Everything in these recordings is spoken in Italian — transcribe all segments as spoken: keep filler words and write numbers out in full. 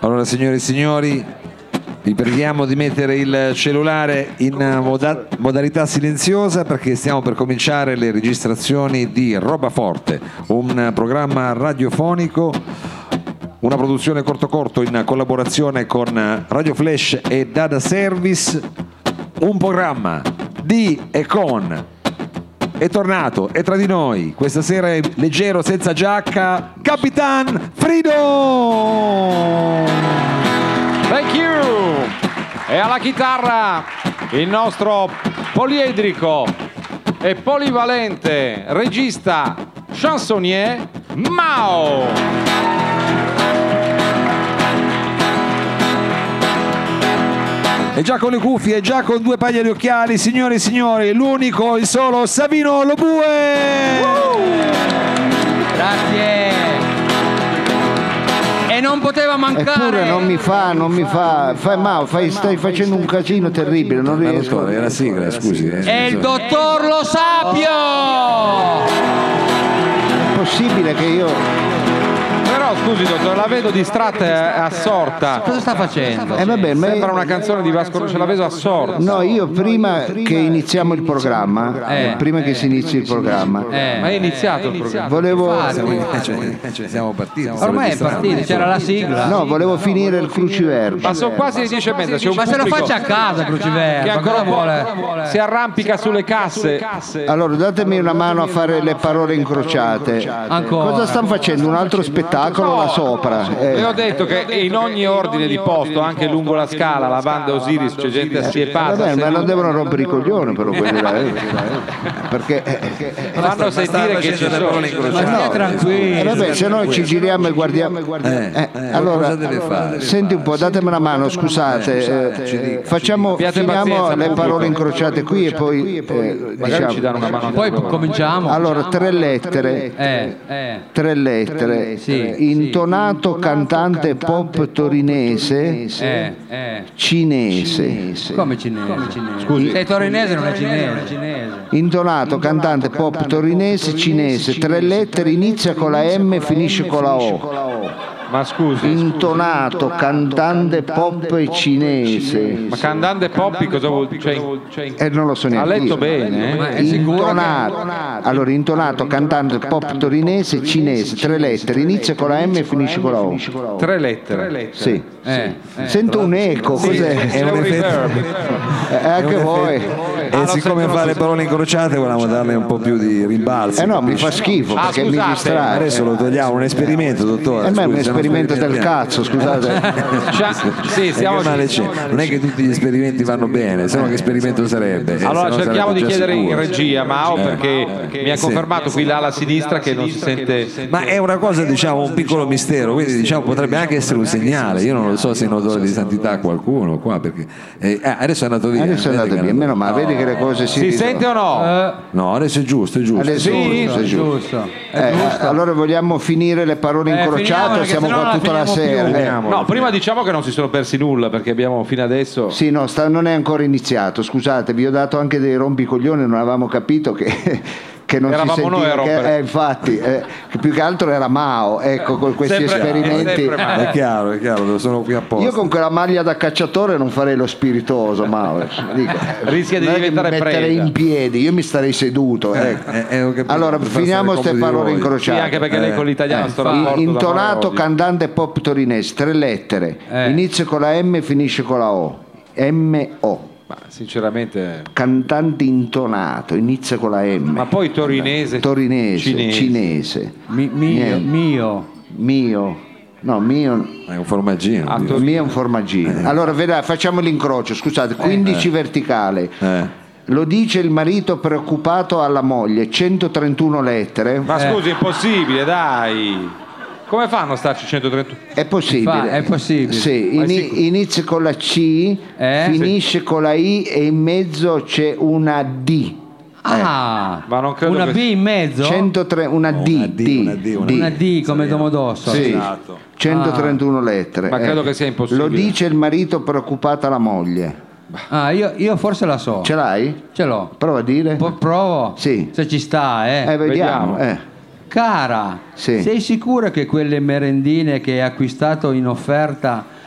Allora, signore e signori, vi preghiamo di mettere il cellulare in moda- modalità silenziosa, perché stiamo per cominciare le registrazioni di Roba Forte, un programma radiofonico, una produzione corto corto in collaborazione con Radio Flash e Dada Service, un programma di e con è tornato, è tra di noi, questa sera è leggero, senza giacca, Capitan Frido! Thank you! E alla chitarra il nostro poliedrico e polivalente regista chansonnier Mao! E già con le cuffie, e già con due paia di occhiali, signore e signori, l'unico, il solo Savino Lobue! Uh! Grazie! E non poteva mancare! Eppure non mi fa, non mi fa, fai, ma fai, stai facendo un casino terribile, non Ma riesco. dottore, è la sigla, scusi. Eh, È il dottor Lo Sapio! È possibile che io... Però scusi dottore, la vedo distratta e assorta. Cosa sta facendo? Eh vabbè, ma Sembra una canzone di Vasco, ce la vedo assorta. No, io prima che iniziamo il programma, Eh. prima che si inizi il programma, Eh. Ma è iniziato il programma. volevo... cioè, cioè, siamo partiti. Ormai è partito, c'era la sigla. No, volevo finire il cruciverba. Ma sono quasi le dieci e mezza, c'è un Ma se lo pubblico faccia a casa, che Cruciverba, ancora cosa vuole, vuole? si arrampica sulle casse. Allora, datemi una mano a fare le parole incrociate. Ancora. Cosa stanno facendo? Un altro spettacolo là sopra? Eh. E ho detto che in ogni ordine di posto, anche lungo la scala, la banda Osiris, c'è gente assiepata. Vabbè, ma seduta. non devono rompere i coglioni però quelli là, eh. Perché eh, Fanno sentire che ci sono. Ma stia eh, tranquillo. vabbè, se noi ci giriamo e guardiamo Eh, eh, eh, allora cosa deve fare? senti un po', datemi una mano, scusate, eh, facciamo Abbiate finiamo pazienza, le pubblico. parole incrociate qui e poi eh, Magari ci danno una diciamo mano. Poi cominciamo. allora tre lettere Eh, eh. tre lettere Sì, intonato cantante pop torinese Eh, eh. cinese. Come cinese? Scusi. Sei torinese, non è cinese. Intonato cantante pop torinese cinese, tre lettere, inizia con la M e finisce con la O. Ma scusi, Intonato cantante pop cinese. ma cantante Poppi cosa vuol dire? Cioè, Eh, non lo so ha neanche letto io. bene? Ma eh? è sicuro Intonato. Allora, intonato cantante pop torinese cinese, tre lettere, inizia con la M e finisce con la O. Tre lettere. Sì. Eh, eh. Sento un eco, cos'è? C'è un reverb. Eh, anche voi. E siccome fa le parole incrociate volevamo darle un po' più di rimbalzo. Eh no, mi fa schifo Ah, perché mi scusate. distrae. Adesso lo togliamo, un esperimento, dottore. Eh, ma è un scusi, stiamo esperimento del sperimentando. cazzo, scusate. Già- sì, E stiamo che male c'è? Non è che tutti gli esperimenti vanno bene, se no che esperimento sarebbe? Eh, Allora se no cerchiamo sarebbe di già chiedere in sicuro. regia Mao, perché mi ha sì. confermato qui là alla sinistra che non si sente. Ma è una cosa, diciamo, un piccolo mistero, quindi diciamo potrebbe anche essere un segnale. Io non lo so se è in odore di santità a qualcuno qua, perché eh, eh, adesso è andato via. Adesso è Vede andato che- via, meno male, vedi che le cose si Si risolvono. sente o no? Eh, No, adesso è giusto, è giusto. Adesso Sì, è giusto. giusto. È Eh, giusto. allora vogliamo finire le parole Eh, incrociate finiamola, o che siamo sennò qua non la tutta la finiamo sera? più. Eh. No, prima diciamo che non si sono persi nulla perché abbiamo fino adesso. Sì, no, sta- non è ancora iniziato, scusate, vi ho dato anche dei rompicoglioni, non avevamo capito che, che non Eravamo si sentiva, noi a rompere. che, eh, infatti, eh, che più che altro era Mao, ecco, con questi Sempre- esperimenti. sempre Mao. È chiaro, è chiaro, sono qui apposta. Io con quella maglia da cacciatore non farei lo spiritoso, Mao. Dico, Rischia di non è che diventare mi metterei preda. in piedi, io mi starei seduto. ecco. Eh, eh, ho capito, Allora, per far finiamo stare queste comodo di parole voi. Sì, incrociate. anche perché lei con l'italiano Eh, sto rapporto in- da intonato oggi. cantante pop torinese, tre lettere, Eh. inizia con la M e finisce con la O. M O. Ma sinceramente. Cantante intonato, inizia con la M. Ma poi torinese. Torinese, cinese. cinese. Mi- mio, Niente. mio. Mio. No, mio. È un formaggino. Ah, dico. to- Mio è un formaggino. Allora, vedrà, facciamo l'incrocio, scusate, quindici verticale. Eh. Lo dice il marito preoccupato alla moglie, centotrentuno lettere. Ma Eh. scusi, è impossibile, dai. Come fanno a starci centotrentuno? È possibile. Fa- è possibile. Sì, Ma è ini- sicuro? inizia con la C, Eh? finisce con la I e in mezzo c'è una D. Ah, Ma non credo una che- B in mezzo? centotre una D, una D, D, una D, una D. Una D come Domodossola. Sì, Esatto. centotrentuno lettere. Ma credo che sia impossibile. Lo dice il marito preoccupato alla moglie. Ah, io, io forse la so. Ce l'hai? Ce l'ho. Prova a dire. Po- provo? Sì. Se ci sta, eh. Eh, vediamo. vediamo. eh. Cara, Sì. sei sicura che quelle merendine che hai acquistato in offerta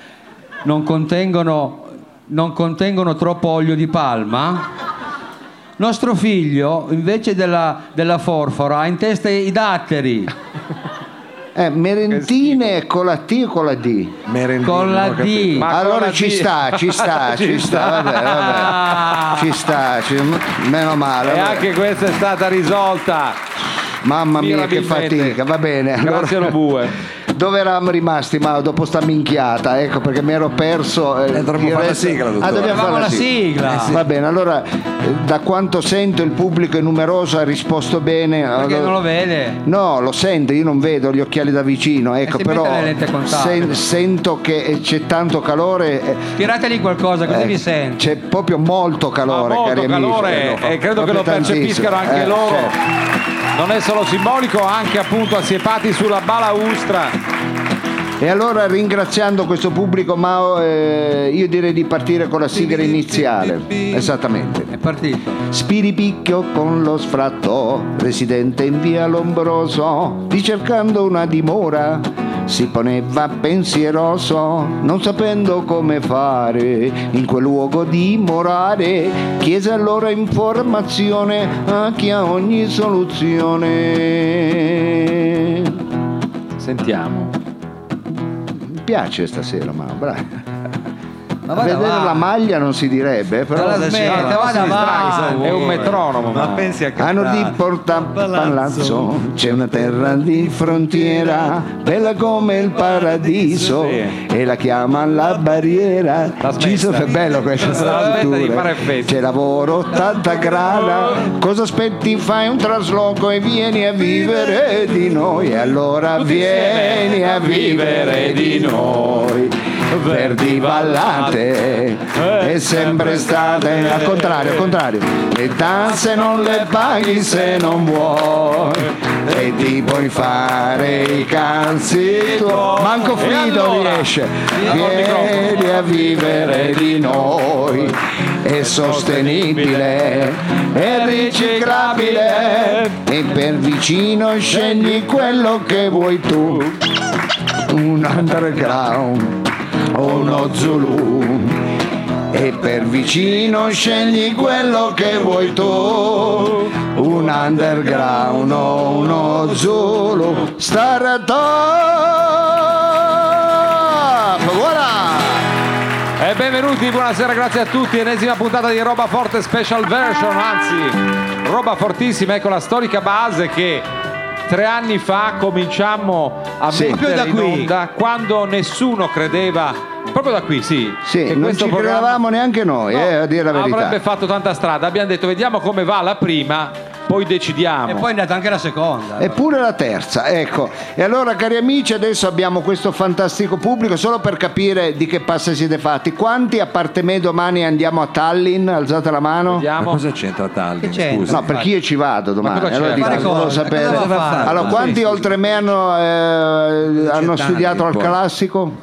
non contengono, non contengono troppo olio di palma. Nostro figlio, invece della, della forfora, ha in testa i datteri. Eh, merentine con la T o con la D? Merendino, Con la ho D. capito. Ma allora con la ci D. sta, ci sta, ci sta, vabbè, vabbè. Ci sta, ci- meno male. E vabbè. anche questa è stata risolta. Mamma mia che mirabilmente. fatica, va bene. Allora, Grazie lo bue. dove eravamo rimasti? Ma dopo sta minchiata, ecco perché mi ero perso. Eh, Eh, dovremmo il fare la resto- sigla, dottore. Ah, dobbiamo fare Avevamo la la sigla. sigla. Va bene, allora eh, da quanto sento il pubblico è numeroso, ha risposto bene. Perché allora- non lo vede? No, lo sento, io non vedo gli occhiali da vicino, ecco, si però mette le lenti a contatto. sen- sento che c'è tanto calore. eh, Tirateli qualcosa così eh, vi sente. C'è proprio molto Ma calore, molto cari amici. calore eh, e credo che proprio lo percepiscano tantissimo. anche Eh, loro. certo. Non è solo simbolico, anche appunto assiepati sulla balaustra. E allora ringraziando questo pubblico Mao, eh, io direi di partire con la sigla iniziale. Esattamente. È partito. Spiripicchio con lo sfratto, residente in via Lombroso, ricercando una dimora, si poneva pensieroso, non sapendo come fare in quel luogo dimorare. Chiese allora informazione a chi ha ogni soluzione. Sentiamo. Mi piace stasera, ma bravo. Ma A vada, vedere va. la maglia non si direbbe, eh, però Ma la smetta, vada avanti. È un metronomo. Ma ma- pensi a hanno di cantare. porta palazzo, c'è una terra di frontiera, bella come il paradiso, Sì. e la chiama la barriera. La Ci sono, smetta. è bello questo. La smetta di strutture. fare effetti. C'è lavoro ottanta grada, cosa aspetti? Fai un trasloco e vieni a vivere di noi. E allora vieni a vivere di noi. Verdi ballate è sempre state al contrario, al contrario. Le tasse non le paghi se non vuoi e ti puoi fare i cazzi tuoi. Manco E Fido allora? riesce. Allora il Vieni a vivere di noi, è sostenibile, è riciclabile e per vicino scegli quello che vuoi tu. Un underground o uno Zulu e per vicino scegli quello che vuoi tu, un underground o uno Zulu, Startup. Voilà! E benvenuti, buonasera, grazie a tutti. Ennesima puntata di Roba Forte Special Version, anzi, roba fortissima. Ecco la storica base che tre anni fa cominciammo a Sì. mettere Proprio da in qui. onda, quando nessuno credeva, proprio da qui, sì. Sì, che non questo ci programma- credevamo neanche noi, No, eh, a dire la verità. avrebbe fatto tanta strada. Abbiamo detto vediamo come va la prima, poi decidiamo. E poi è andata anche la seconda. Eppure la terza, ecco. E allora, cari amici, adesso abbiamo questo fantastico pubblico, solo per capire di che passa siete fatti. Quanti, a parte me, domani andiamo a Tallinn? Alzate la mano. Ma Vediamo. cosa c'entra Tallinn? Che c'entra? Scusa. No, perché io ci vado domani. cosa Allora c'è? dico, Fare volevo cosa? sapere. Cosa va a fare? Allora, quanti Sì, oltre me hanno, eh, hanno tanti, studiato al poi. classico?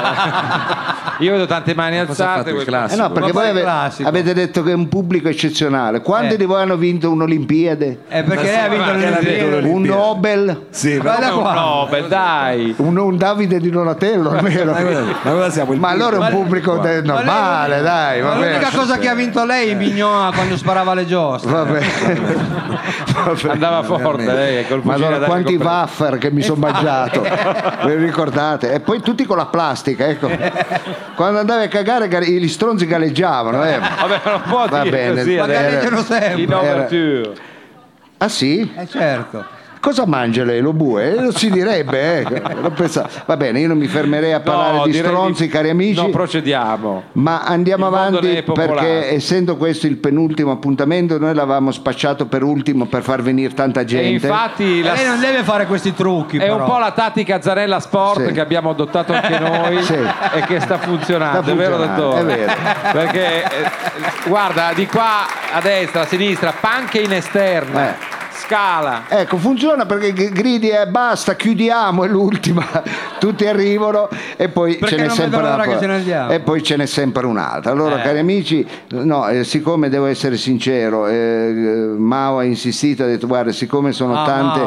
Io vedo tante mani Cosa ha fatto alzate. il voi- classico? Eh no, perché Ma voi poi ave- classico. avete detto che è un pubblico eccezionale. Quanti Eh. di voi hanno vinto un'Olimpiade? Eh, perché lei ha vinto ma che l'ha l'Olimpiade. detto Un Nobel? Sì, ma, Guarda qua. No, beh, dai. Un, un Davide di Donatello almeno. ma cosa- ma cosa siamo? Il Ma allora è un Ma- pubblico qua. de- normale, Ma dai, va Ma bene. l'unica cosa che ha vinto lei Mignon quando sparava le giostre. Va bene. Va bene. Andava forte lei col fucile Madonna, da quanti ricoprire. waffer che mi sono mangiato, ve li ricordate? E poi tutti con la plastica, ecco. Quando andavi a cagare ga- gli stronzi galleggiavano, eh. Vabbè, non può Va dire bene. così Ma adesso. galleggiano sempre. In over Era- two. Ah sì? Eh certo. Cosa mangia lei, lo bue? Eh, non si direbbe, eh. Non pensa- Va bene, io non mi fermerei a parlare No, di direi stronzi, di- cari amici. No, procediamo. Ma andiamo Il mondo ne avanti è popolare. perché essendo questo il penultimo appuntamento noi l'avevamo spacciato per ultimo per far venire tanta E gente. infatti la- Lei non deve fare questi trucchi. è un però. po' la tattica Zanella Sport Sì. che abbiamo adottato anche noi Sì. e che sta funzionando, Sta è vero funzionando, dottore? è vero. Perché eh, guarda, di qua a destra, a sinistra, panche in esterna, Eh. scala. Ecco, funziona perché g- gridi e basta, chiudiamo, è l'ultima, tutti arrivano e poi Perché ce n'è non sempre vedono l'ora una- che ce ne andiamo. e poi ce n'è sempre un'altra. Allora, Eh. cari amici, no, eh, siccome devo essere sincero, eh, Mao ha insistito, ha detto guarda, siccome sono Ah, tante Mao.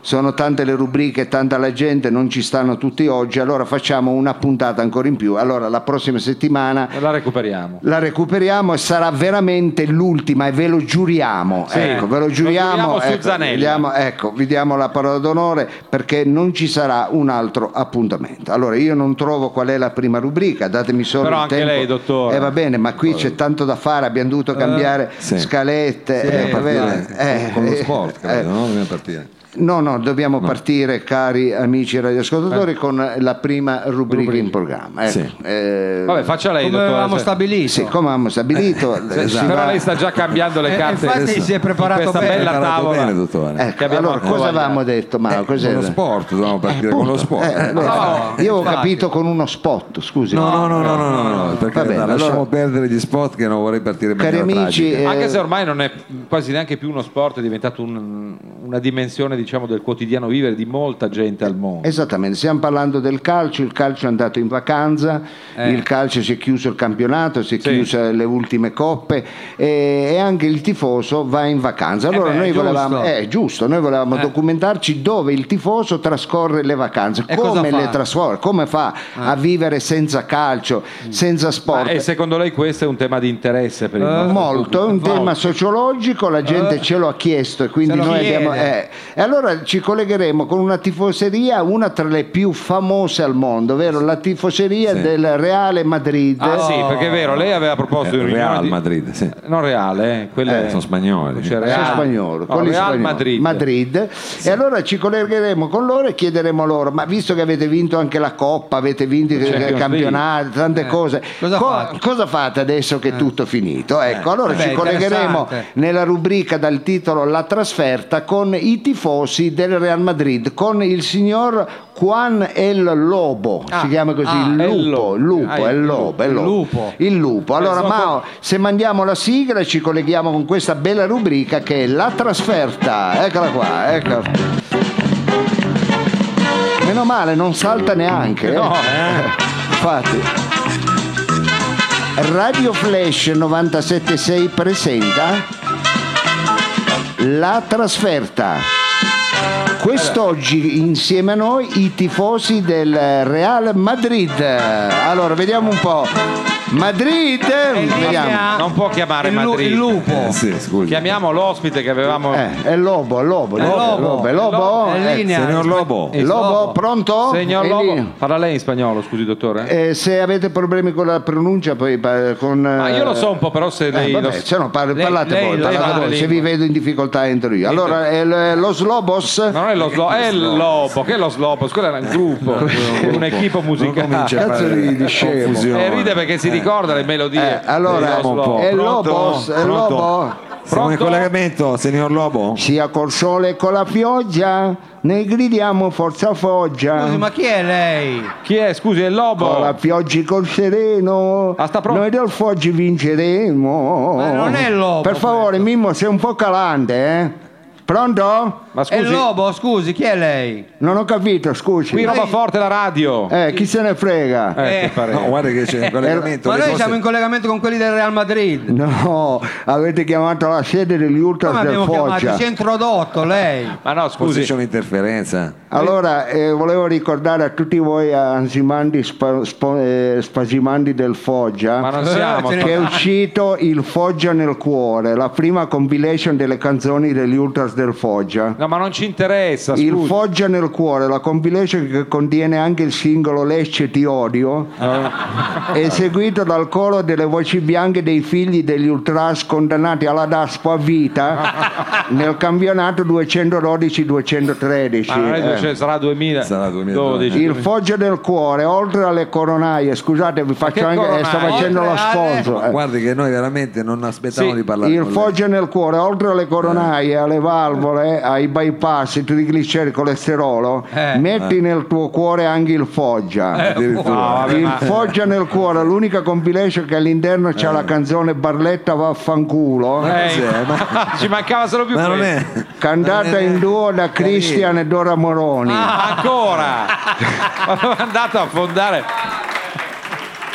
sono tante le rubriche, tanta la gente, non ci stanno tutti oggi, allora facciamo una puntata ancora in più. Allora la prossima settimana la recuperiamo. La recuperiamo e sarà veramente l'ultima, e ve lo giuriamo. Sì, ecco, ve lo lo giuriamo. giuriamo su ecco, Zanella. vi diamo, ecco, vi diamo la parola d'onore perché non ci sarà un altro appuntamento. Allora io non trovo qual è la prima rubrica, datemi solo Però il anche tempo. lei, dottore. Eh, va bene, ma qui c'è tanto da fare, abbiamo dovuto cambiare sì. scalette. Dobbiamo eh, va bene. partire Eh, con lo eh, sport, eh, credo, no? Dobbiamo partire. No, no, dobbiamo partire, cari amici radioascoltatori, eh. con la prima rubrica, rubrica. in programma. Ecco. Sì. Eh, Vabbè, faccia lei, come dottore. avevamo Cioè- stabilito. Sì, come avevamo stabilito. Sì, si però va- lei sta già cambiando le Eh, carte. infatti adesso, si è preparato in questa bene. bella Preparato tavola. bene, dottore. Ecco, che abbiamo allora cosa accogliato. avevamo detto, Mauro? Eh, Cos'era? con lo sport, dobbiamo partire con lo sport. Eh, allora, No, io ho infatti. capito con uno spot, scusi. No, no, no, no, no, no, no, perché Va bene, lasciamo allora- perdere gli spot che non vorrei partire in Cari maniera amici, tragica. eh, Anche se ormai non è quasi neanche più uno sport, è diventato un- una dimensione, diciamo, del quotidiano vivere di molta gente al mondo. Esattamente, stiamo parlando del calcio, il calcio è andato in vacanza, Eh. il calcio si è chiuso il campionato, si è Sì. chiuse le ultime coppe e, e anche il tifoso va in vacanza. Allora beh, noi giusto. volevamo, eh, giusto, noi volevamo Eh. documentarci dove il tifoso trascorre le vacanze, E cosa come fa? le trascorre, come fa a vivere senza calcio, senza Ma, sport. e secondo lei questo è un tema di interesse per il Eh, nostro Molto, è un pubblico? tema sociologico, la gente Eh. ce lo ha chiesto e quindi Se lo noi chiede. abbiamo... eh. E allora ci collegheremo con una tifoseria, una tra le più famose al mondo, ovvero la tifoseria Sì. del Reale Madrid. Ah sì, perché è vero, lei aveva proposto Eh, in riunione Real di- Madrid, sì. non Reale, eh, quelle Eh, sono spagnoli. C'è Sono Real, spagnolo, no, quelli Real spagnoli. Madrid. Madrid. E allora ci collegheremo con loro e chiederemo loro: ma visto che avete vinto anche la Coppa, avete vinto il Champions campionato, tante Eh, cose, cosa co- fate? cosa fate adesso che è tutto finito? Ecco, allora Vabbè, ci collegheremo interessante. nella rubrica dal titolo La trasferta con i tifosi del Real Madrid, con il signor Juan El Lobo, Ah, si chiama così, ah, il El lupo, Lobo. il lupo, Ah, è il il lobo, è il il lobo. lupo. Il lupo. Allora, sono Mao, se mandiamo la sigla ci colleghiamo con questa bella rubrica che è La trasferta. Eccola qua, ecco. Meno male, non salta neanche. eh. No. Infatti. Radio Flash novantasette sei presenta La trasferta. Quest'oggi insieme a noi i tifosi del Real Madrid. Allora, vediamo un po'. Madrid, vediamo. Non può chiamare il, lu- Madrid. il lupo. Eh, sì, scusi. Chiamiamo l'ospite che avevamo. Eh, è Lobo, è Lobo, È Lobo, Lobo. Lobo, è Lobo. È in Eh, linea. Signor Lobo. Eh, Lobo, pronto? Signor È Lobo, lì. parla lei in spagnolo, scusi dottore. Eh, se avete problemi con la pronuncia, poi pa- con. Ma io lo so un po', però se Eh, lei vabbè, lo- se no, par- Lei- parlate lei- voi, lei parlate va- voi. lei- Se vi vedo in difficoltà entro io. Allora, è l- Los Lobos. Ma non è lo slobo, è il lobo, che è lo slobo? Quello era un gruppo, un'equipo Non musicale. comincia a Cazzo fare ridi, scemo. confusione. E ride perché si ricorda le melodie. Eh, allora, dello slobo. è Pronto? Lobos, è Pronto? Lobo. Siamo in Pronto? collegamento, signor Lobo? Sia col sole e con la pioggia, ne gridiamo forza foggia. Scusi, ma chi è lei? Chi è? Scusi, è il lobo. Con la pioggia e col sereno, Ah, sta pronto? noi del Foggi vinceremo. Ma non è il lobo Per favore, Mimmo, sei un po' calante, eh? Pronto? Ma È il scusi, lobo, scusi, chi è lei? Non ho capito, scusi. qui roba forte la radio. Eh, chi se ne frega? Eh, Eh. che parere. No, guarda che c'è un collegamento. Ma le noi cose- siamo in collegamento con quelli del Real Madrid. No, avete chiamato la sede degli Ultras Come del abbiamo chiamato? Foggia. Si è introdotto lei. Ma no, Forse scusi. c'è un'interferenza. Allora, eh, volevo ricordare a tutti voi ansimandi spa- spo- eh, spasimandi del Foggia Ma non siamo. ce ne- che è uscito il Foggia nel cuore, la prima compilation delle canzoni degli Ultras del Foggia. No, ma non ci interessa, Il scusi. Foggia nel cuore, la compilation che contiene anche il singolo Lecce ti odio, è seguito dal coro delle voci bianche dei figli degli Ultras condannati alla daspo a vita nel campionato duecentododici duecentotredici. Ma non è due- Eh. cioè, sarà duemila. Sarà duemiladodici. dodici. Il Foggia del cuore, oltre alle coronaie, scusate, vi faccio che anche, eh, sto coronaie? facendo lo Oltre alle- sponsor. eh. Guardi che noi veramente non aspettavamo Sì, di parlare Il con lei. Foggia nel cuore, oltre alle coronaie, alle valvole, ai bypass, ai trigliceridi, colesterolo, Eh. metti nel tuo cuore anche il Foggia. Addirittura. No, vabbè, Il ma- Foggia nel cuore, l'unica compilation che all'interno c'ha la canzone Barletta vaffanculo, Eh, cos'è? Ma- ci mancava solo più Ma non questo. è. cantata non è- in duo da Cristian e Dora Moroni. Ah, ancora. Ma dove è andato a fondare?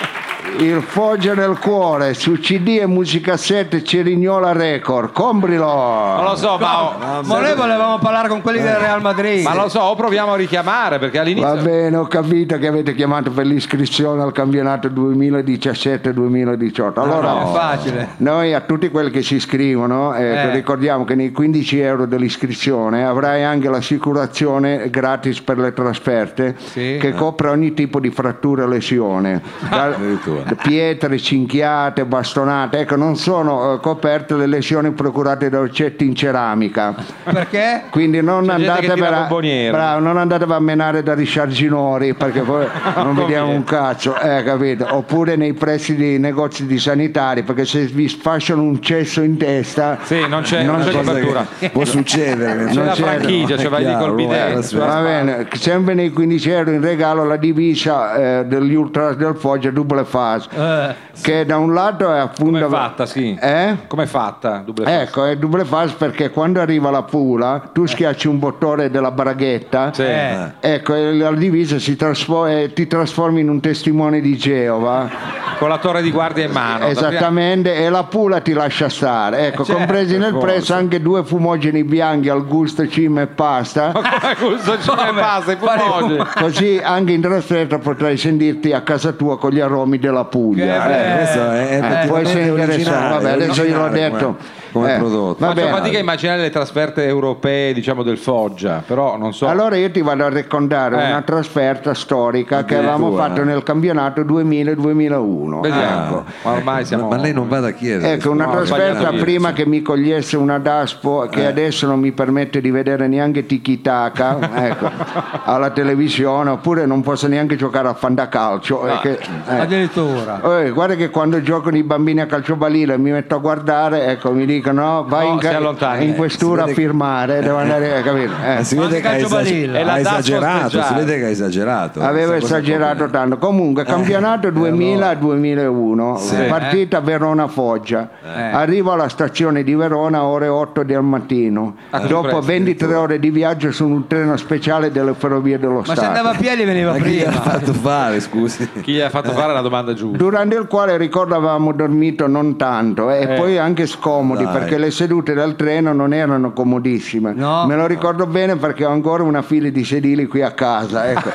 Il Foggia nel cuore, su C D e musicassette Cerignola Record, comprilo. Non lo so, ma, Ma noi volevamo parlare con quelli del Real Madrid. ma lo so, o proviamo a richiamare perché all'inizio. Va bene, ho capito che avete chiamato per l'iscrizione al campionato duemiladiciassette duemiladiciotto. Allora, No, è facile. noi a tutti quelli che si iscrivono, eh, Eh. ricordiamo che nei quindici euro dell'iscrizione avrai anche l'assicurazione gratis per le trasferte, Sì. che copre ogni tipo di frattura e lesione. Da- pietre, cinchiate, bastonate, ecco, non sono eh, coperte le lesioni procurate da oggetti in ceramica. Perché? Quindi non C'è gente andate, che tira per a, bomboniere. bravo, non andate a menare da risarginori perché poi non vediamo un cazzo, eh, capito? Oppure nei pressi di negozi di sanitari, perché se vi sfasciano un cesso in testa, Sì, non c'è, Non non c'è c'è copertura. Può succedere. C'è non la c'è- franchigia, cioè vai lì col bidet. va bene, sempre nei quindici euro in regalo la divisa eh, degli Ultras del Foggia double fase, Eh, che da un lato è appunto Come è fatta, sì. eh? Come è fatta? Double fast? Ecco, è double fase perché quando arriva la pula tu schiacci un bottone della braghetta, Sì. eh. ecco, e la divisa si trasfo- eh, ti trasformi in un testimone di Geova, Con la torre di guardia in mano. esattamente, e la pula ti lascia stare, ecco, Certo, compresi nel forse. prezzo anche due fumogeni bianchi al gusto cima e pasta. Come gusto ci ne passa i fumogeni. Così anche in trasferta potrai sentirti a casa tua con gli aromi della Puglia. Che eh. bello. Questo è Eh, può effettivamente essere interessante. originale, Vabbè, adesso gliel'ho originale detto. come, come Eh, prodotto. va Faccio bene. fatica a immaginare le trasferte europee, diciamo, del Foggia, però non so. Allora io ti vado a raccontare Eh. una trasferta storica che Addirittura. avevamo fatto nel campionato duemila duemilauno. Vediamo. Ma ormai siamo. Ma lei non vada a chiedere. Ecco, una No, ho trasferta sbagliato io, prima sì. che mi cogliesse una Daspo che adesso non mi permette di vedere neanche Tiki Taka, ecco, alla televisione, oppure non posso neanche giocare a fantacalcio. eh, che- eh. Addirittura. Eh, guarda che quando giocano i bambini a calcio balilla e mi metto a guardare, ecco, mi dicono no, vai No, in, si ca- allontani. in questura Eh, si a vede che- firmare, devo andare a capire. eh. Ma si Ma vede anche che ha, calcio esag- balilla. È la ha Daspo esagerato, si speciale. vede che ha esagerato. Avevo Questa cosa esagerato proprio- tanto. Comunque, campionato duemila duemilauno, Sì. partita Verona-Foggia. Arrivo alla stazione di Verona ore otto del mattino. Ah, così Dopo presto, ventitré ore di viaggio su un treno speciale delle ferrovie dello Ma se andava a Stato. piedi veniva Ma chi gli ha prima. fatto fare, scusi? Chi gli ha fatto fare la domanda giusta? Durante il quale ricordo avevamo dormito non tanto eh, e Eh. poi anche scomodi Dai. perché le sedute del treno non erano comodissime. No. Me lo ricordo bene perché ho ancora una fila di sedili qui a casa. Ecco.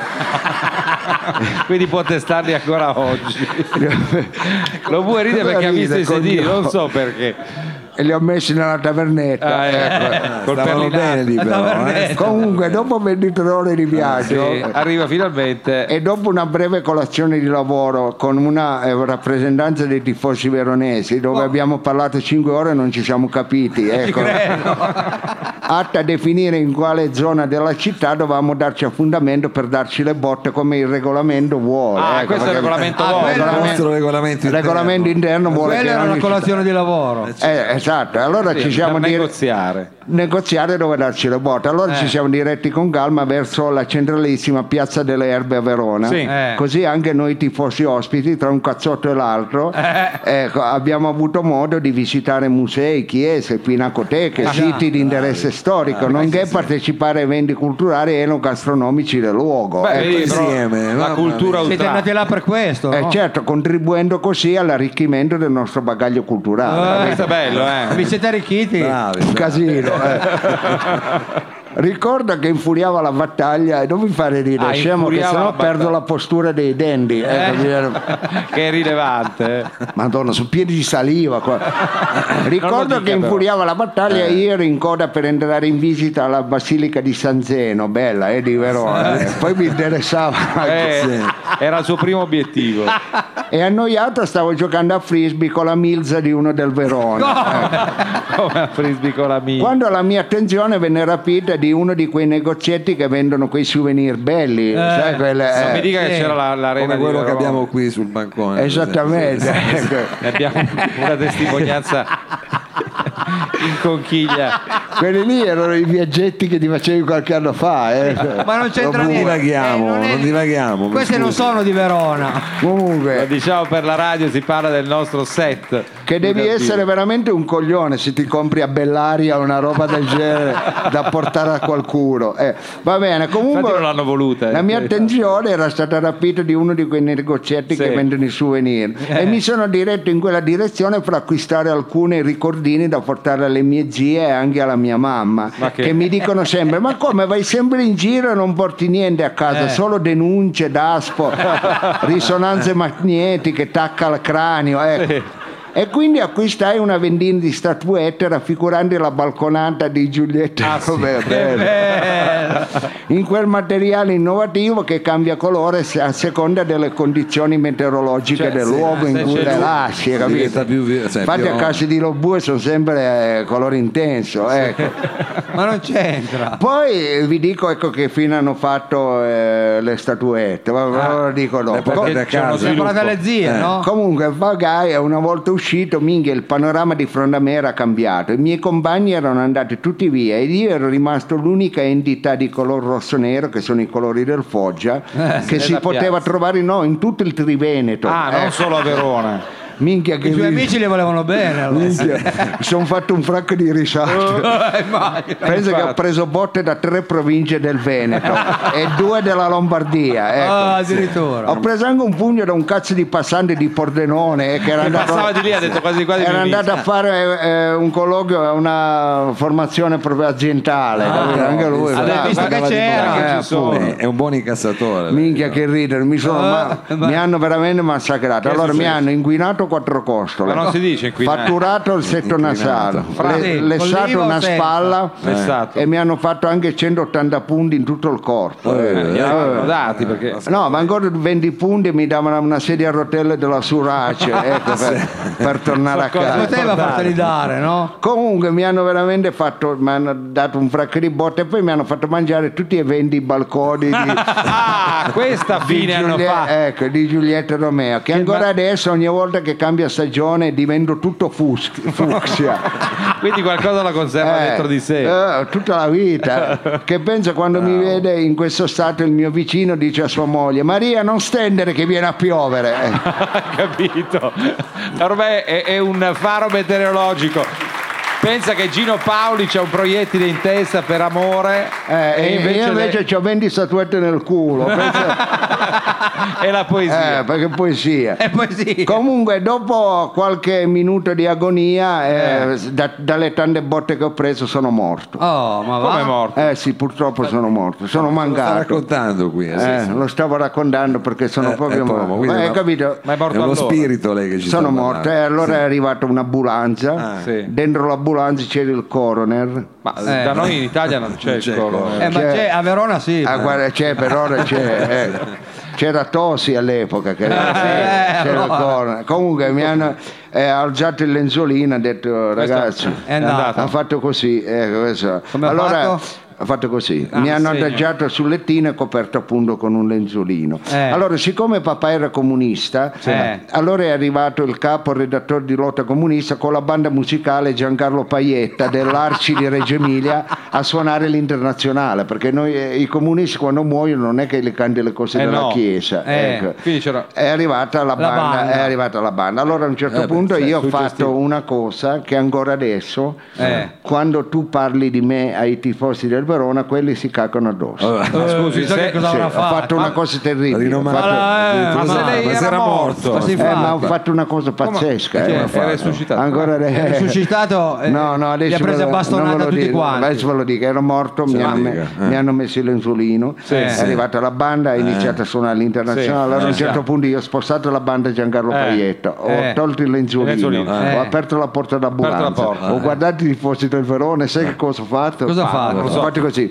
Quindi può testarli ancora oggi. Lo vuoi ridere Cosa perché ha visto ride, i sedili, coglione? non so perché. E li ho messi nella tavernetta. Ah, ecco. Col Stavano perlinato. bene lì però, eh. Comunque, dopo ventitré ore di viaggio Sì, arriva finalmente. e dopo una breve colazione di lavoro con una eh, rappresentanza dei tifosi veronesi, dove abbiamo parlato cinque ore e non ci siamo capiti, ecco. Atta a definire in quale zona della città dovevamo darci appuntamento per darci le botte come il regolamento vuole. Ah, ecco, questo è il perché- regolamento Ah, vostro. quello- Il nostro regolamento il regolamento interno vuole Quella che era una ogni colazione di lavoro. città- Eh, esatto, allora Sì, ci siamo per dire- negoziare. negoziare dove darci le botte. Allora Eh. ci siamo diretti con calma verso la centralissima Piazza delle Erbe a Verona. Sì. Eh. Così anche noi tifosi ospiti, tra un cazzotto e l'altro, Eh. ecco, abbiamo avuto modo di visitare musei, chiese, pinacoteche, Ah, siti di interesse storico, nonché partecipare a eventi culturali e enogastronomici del luogo. Beh, Ecco, vedi, però, insieme, la mamma cultura mia. Siete ultra. andati là per questo, eh, no? certo, contribuendo così all'arricchimento del nostro bagaglio culturale. Eh, Questo è bello, eh. Vi siete arricchiti? Bravi, Un bravi. casino. eh. Ricorda che infuriava la battaglia e non mi fare ridere, Ah, scemo, che infuriava sennò la battaglia. perdo la postura dei denti. eh. Che è rilevante. eh. Madonna, su piedi di saliva qua. Ricordo dica, che infuriava la battaglia e io ero in coda per entrare in visita alla Basilica di San Zeno, bella, eh, di Verona. eh. Poi mi interessava. Eh, era il suo primo obiettivo. E annoiato stavo giocando a frisbee con la milza di uno del Verona. eh. Come a frisbee con la mia. Quando la mia attenzione venne rapita di uno di quei negozietti che vendono quei souvenir belli, sai, quelle, Non mi eh, dica che sì. c'era la- l'arena Come di quello che Verona. abbiamo qui sul bancone. esattamente. ecco. Ne abbiamo una testimonianza in conchiglia. Quelli lì erano i viaggetti che ti facevi qualche anno fa, eh. Ma non c'entra Non niente. divaghiamo, Eh, non è- non divaghiamo. mi Queste non scusi. sono di Verona. Lo Comunque, diciamo per la radio, si parla del nostro set. che devi essere veramente un coglione se ti compri a Bellaria una roba del genere da portare a qualcuno. Eh, va bene, comunque Infatti non l'hanno voluta. eh. la mia attenzione era stata rapita di uno di quei negozietti Sì. che vendono i souvenir e mi sono diretto in quella direzione per acquistare alcuni ricordini da portare alle mie zie e anche alla mia mamma, Ma che- che mi dicono sempre: ma come vai sempre in giro e non porti niente a casa, Eh. solo denunce, daspo, risonanze magnetiche, tacca al cranio, ecco. E quindi acquistai una vendina di statuette raffiguranti la balconata di Giulietta. Ah, sì. Vabbè, Che bello. bello. In quel materiale innovativo che cambia colore se- a seconda delle condizioni meteorologiche Cioè, del sì, luogo in se cui c'è le lui- lasci, Diventa capito? più vi- cioè, Infatti più- a casa di Lobue sono sempre eh, colore intenso, ecco. Ma non c'entra. Poi eh, vi dico ecco che fine hanno fatto eh, le statuette, ma ma lo dico dopo. le portate Com- a c'è uno casa. Sei parlato alle zie, Eh. no? Comunque vagai e una volta uscito, minchia, il panorama di fronte a me era cambiato. I miei compagni erano andati tutti via ed io ero rimasto l'unica entità di color rosso-nero, che sono i colori del Foggia, che si nella poteva piazza. trovare no, in tutto il Triveneto. Ah, non Eh, solo a Verona. minchia che I suoi vi- amici li volevano bene. Allora. minchia, mi sono fatto un fracco di risate. Eh, immagino. Penso che ho infatti. preso botte da tre province del Veneto e due della Lombardia. Ecco. Ah, addirittura. Ho preso anche un pugno da un cazzo di passante di Pordenone eh, che era Che andato, passava di lì, ha detto quasi quasi era mi andato a unisco. fare eh, un colloquio, una formazione proprio aziendale. capito? no, anche lui. visto- bravo. visto che guardava di c'era, nuovo. che ci sono. Eh, è un buon incassatore. Minchia che ridere, mi, sono, Ah, ma- ma- mi hanno veramente massacrato. Che è Allora mi successo? hanno inquinato quattro costole, Ma non si dice inquinato. fatturato il setto nasale, Fra- le- sì, lessato con l'I V o una senza? spalla Esatto. e mi hanno fatto anche centottanta punti in tutto il corpo. Eh, eh. Gli avevano dati perché No, ma ancora venti punti mi davano una sedia a rotelle della Surace ecco, per, per tornare a cosa- casa. Poteva farteli dare, no? Comunque mi hanno veramente fatto, mi hanno dato un fracco di botte e poi mi hanno fatto mangiare tutti e venti i balconi di, ah, questa di fine hanno Giulie- fatto. ecco, di Giulietta Romeo, che ancora ma- adesso ogni volta che cambia stagione divento tutto fus- fucsia. Quindi qualcosa la conserva Eh, dentro di sé. eh, tutta la vita. Che pensa quando mi vede in questo stato il mio vicino dice a sua moglie: Maria, non stendere che viene a piovere. Eh. Capito? Ormai è, è un faro meteorologico. Pensa che Gino Paoli c'ha un proiettile in testa per amore Eh, e e invece, io invece lei- ho venti statuette nel culo. Pensa- è la poesia. eh, perché poesia. E poi sì. Comunque, dopo qualche minuto di agonia, eh, da- dalle tante botte che ho preso, sono morto. Oh, ma va. Come è morto? Eh sì, purtroppo sono morto, sono Lo sta mancato. raccontando qui. eh, sì, Eh, sì. lo stavo raccontando perché sono Eh, proprio eh, proprio, morto. quindi Eh, è una- capito? Ma è morto È uno allora. spirito lei che ci Sono sta morto e parlando. allora è arrivata un'ambulanza. Ah. Sì. Dentro l'ambulanza c'era il coroner. Ma Eh. da noi in Italia non c'è Non il c'è coro. il Eh, ma C'è- c'è, a Verona sì. Ah, guarda, c'è per ora c'è. eh. C'era Tosi all'epoca che Eh, c'era il allora. coroner. Comunque mi hanno eh, alzato il lenzolino, ha detto ragazzi, È andato. ha fatto così. ecco, questo. Come ha allora, fatto? ha fatto così, Ah, mi hanno segno. adagiato sul lettino e coperto appunto con un lenzolino. Eh. Allora, siccome papà era comunista, Eh. allora è arrivato il capo redattore di Lotta Comunista con la banda musicale Giancarlo Paietta dell'Arci di Reggio Emilia a suonare l'internazionale, perché noi eh, i comunisti quando muoiono non è che li canti le cose Eh, della no. Chiesa. Eh. ecco. Quindi c'era È arrivata la, La banda, banda. è arrivata la banda. Allora a un certo Eh beh, punto sì, io ho suggestivo. fatto una cosa che ancora adesso, Eh. quando tu parli di me ai tifosi del Verona, quelli si cacano addosso. Allora, Ma scusi, chissà se- che cosa Sì, avrà ho fatto. fatto una cosa terribile. Ho rinomato- fatto- Allora, eh, addirittura- ma se lei ma era se era morto? Ma si eh, fa? ma ho fatto una cosa pazzesca. Sì, eh. è resuscitato. Ancora È risuscitato, eh, no, no, adesso li ha presi ve a lo- bastonate non ve lo tutti dico, quanti. Adesso ve lo dico, ero morto, mi lo hanno, dica, me- eh. mi hanno messo il lenzuolino, Sì, è sì. arrivata la banda, ha iniziato a suonare l'internazionale. Sì, Allora a un sì, certo sì. punto io ho spostato la banda Giancarlo Eh, Paietta, ho eh. tolto il lenzuolino, Il lenzuolino, eh. ho aperto la porta Aperto d'ambulanza, la porta, ho eh. guardato i tifosi del Verona e sai che cosa ho fatto? Cosa ha fatto? Ho lo so. fatto così.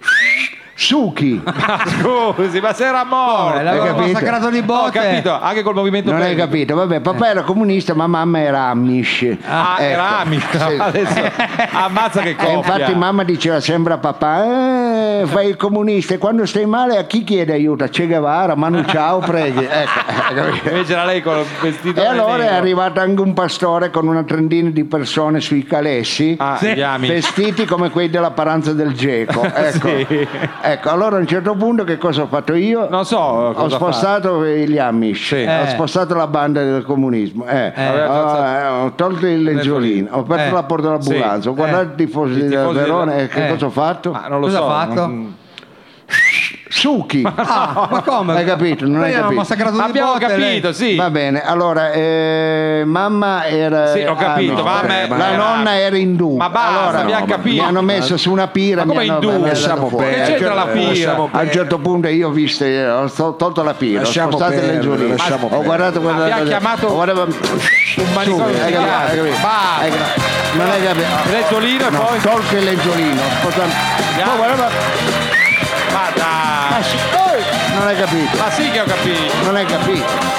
Suki! Scusi, ma se era morto. Eh, l'aveva capito? massacrato di Ho botte. capito, anche col movimento Non hai bellico. capito? Vabbè, papà era comunista, ma mamma era Amish. Ah, era Ecco, amico. sì. Adesso ammazza che E coppia. infatti mamma diceva sempre a papà, come fai il comunista e quando stai male a chi chiede aiuto? A Che Guevara, Manu Ciao, preghi. Ecco. Invece era lei con il vestito E allora nero. è arrivato anche un pastore con una trentina di persone sui calessi, Ah, gli amici. vestiti come quelli della paranza del Geco. Ecco. Sì. Ecco, allora a un certo punto che cosa ho fatto io? Non so Ho cosa spostato gli Amish, Sì. ho Eh. spostato la banda del comunismo, eh. Aveva ho, calzato- eh, ho tolto il leggiolino, ho aperto Eh. la porta dell'ambulanza, Sì. ho guardato i tifosi I del tifosi Verona della- e che Eh. cosa ho fatto? Ma non lo Cosa so. ha fatto? non- Succhi! Ah, ma come? Hai capito? Non hai Lei ha capito? massacrato di Abbiamo botte, capito, lei. sì. Va bene, allora eh, mamma era. Sì, ho capito, no, mamma eh, è- la era- nonna era indù. Ma basta, allora, abbiamo mi capito. hanno messo su una pira. Ma come mi hanno- indù? mi hanno Lasciamo dato fuori. Che perdere, c'entra la pira? lasciamo A un perdere. certo punto io ho visto, eh, ho to- tolto la pira, ho Lasciamo spostato il perdere, leggiolino, lasciamo ho perdere. guardato quella. Abbiamo chiamato ho guardato- un manicomio Su, hai capito, hai psichiatrico. capito? Basta. Hai capito? Non hai capito? Il leggiolino e No, poi. tolto il leggiolino, spostato- Yeah. poi guarda- Ma Ah, dai. sì, oh, non hai capito, Ma sì che ho capito. non hai capito.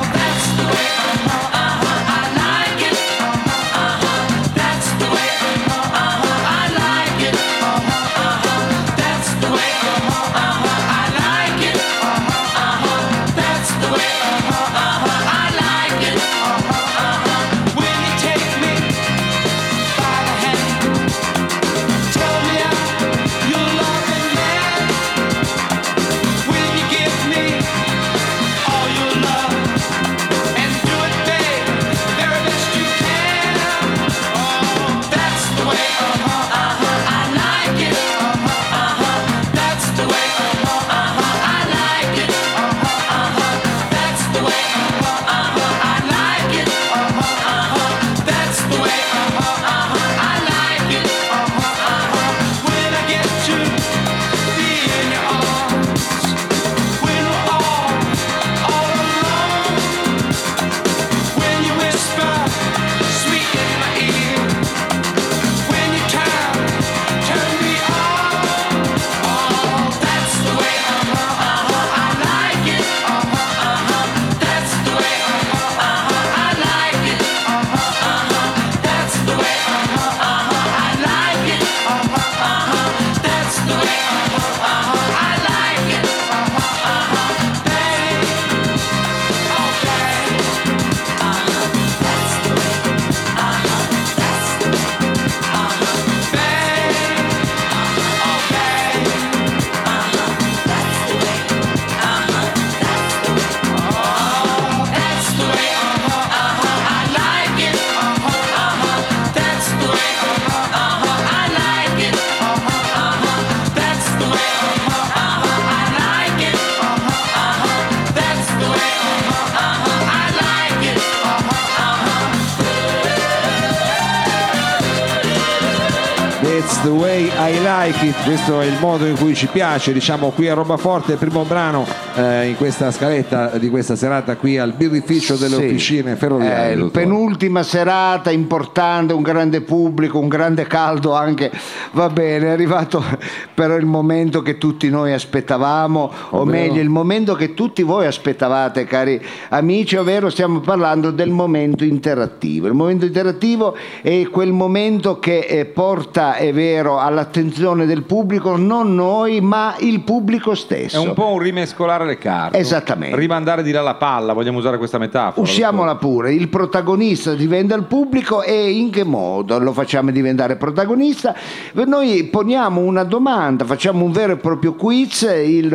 That's the way I like it, questo è il modo in cui ci piace, diciamo qui a Roba Forte, il primo brano eh, in questa scaletta di questa serata qui al birrificio delle Sì. officine Eh, ferroviarie. il dottore. penultima serata importante, un grande pubblico, un grande caldo anche, va bene, è arrivato però il momento che tutti noi aspettavamo, o Ovvero? meglio il momento che tutti voi aspettavate, cari amici, ovvero stiamo parlando del momento interattivo. Il momento interattivo è quel momento che eh, porta, è vero, all'attenzione del pubblico, non noi ma il pubblico È stesso. un po' un rimescolare le carte. Esattamente. Rimandare di là la palla, vogliamo usare questa metafora. Usiamola pure, il protagonista diventa il pubblico e in che modo lo facciamo diventare protagonista? Noi poniamo una domanda, facciamo un vero e proprio quiz, il,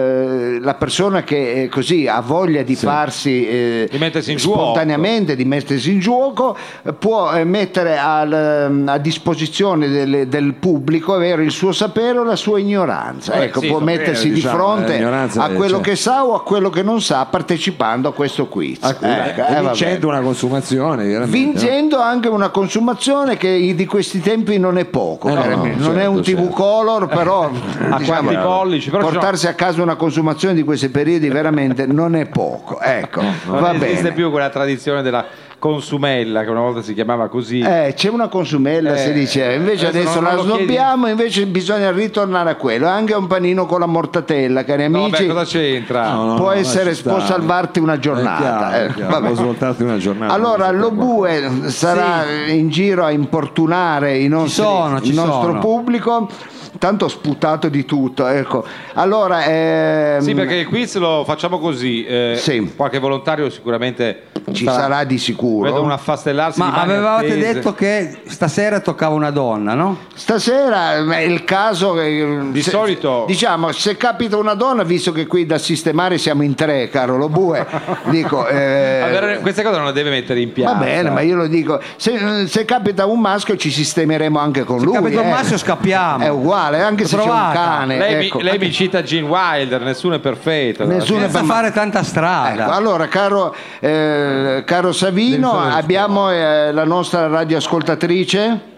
eh, la persona che eh, così ha voglia di farsi eh, Di mettersi in spontaneamente, di mettersi in gioco, eh, può eh, mettere al, a disposizione del, del pubblico, è vero, il suo sapere o la sua ignoranza. Eh, ecco, sì, può sapere, mettersi di diciamo, fronte l'ignoranza, a quello cioè. che sa o a quello che non sa partecipando a questo quiz. Ah, Ecco, e eh, vabbè. vincendo una consumazione, veramente, Vincendo anche una consumazione che di questi tempi non è poco, Eh, no, cari no, amici. non certo, è un T V certo. color, però diciamo, quanti pollici, però portarsi a casa una consumazione di questi periodi veramente non è poco. Ecco, Non va esiste bene. più quella tradizione della Consumella, che una volta si chiamava così. Eh, c'è una consumella, Eh, si dice, invece adesso adesso non- la non lo chiedi. snobbiamo, invece bisogna ritornare a quello. Anche un panino con la mortatella, cari No, amici, beh, cosa c'entra? No, no, può no, essere, ci sta. può salvarti una giornata. È chiaro, eh, è chiaro, vabbè. può svoltarti una giornata. Allora lo Bue sarà in giro a importunare i nostri- sono, ci il nostro sono. pubblico. Tanto ho sputato di tutto, ecco. Allora, ehm, Sì, perché il quiz lo facciamo così. eh, Sì. Qualche volontario sicuramente ci sarà di sicuro. Vedo un affastellarsi di Ma mani avevate attese. detto che stasera toccava una donna, no? Stasera è il caso che Di se- solito- diciamo, se capita una donna, visto che qui da sistemare siamo in tre, caro lo Bue, dico eh, Avere- queste cose non le deve mettere in piazza. va bene, ma io lo dico, se, se capita un maschio ci sistemeremo anche con Se lui. capita un eh. maschio scappiamo. È uguale, anche se c'è un Provata. cane. Lei, ecco. mi, lei mi cita Gene Wilder, nessuno è perfetto. Nessuno Senza fa- fare tanta strada. Ecco, allora, caro, eh, caro Savino, Devi fare abbiamo eh, la nostra radioascoltatrice.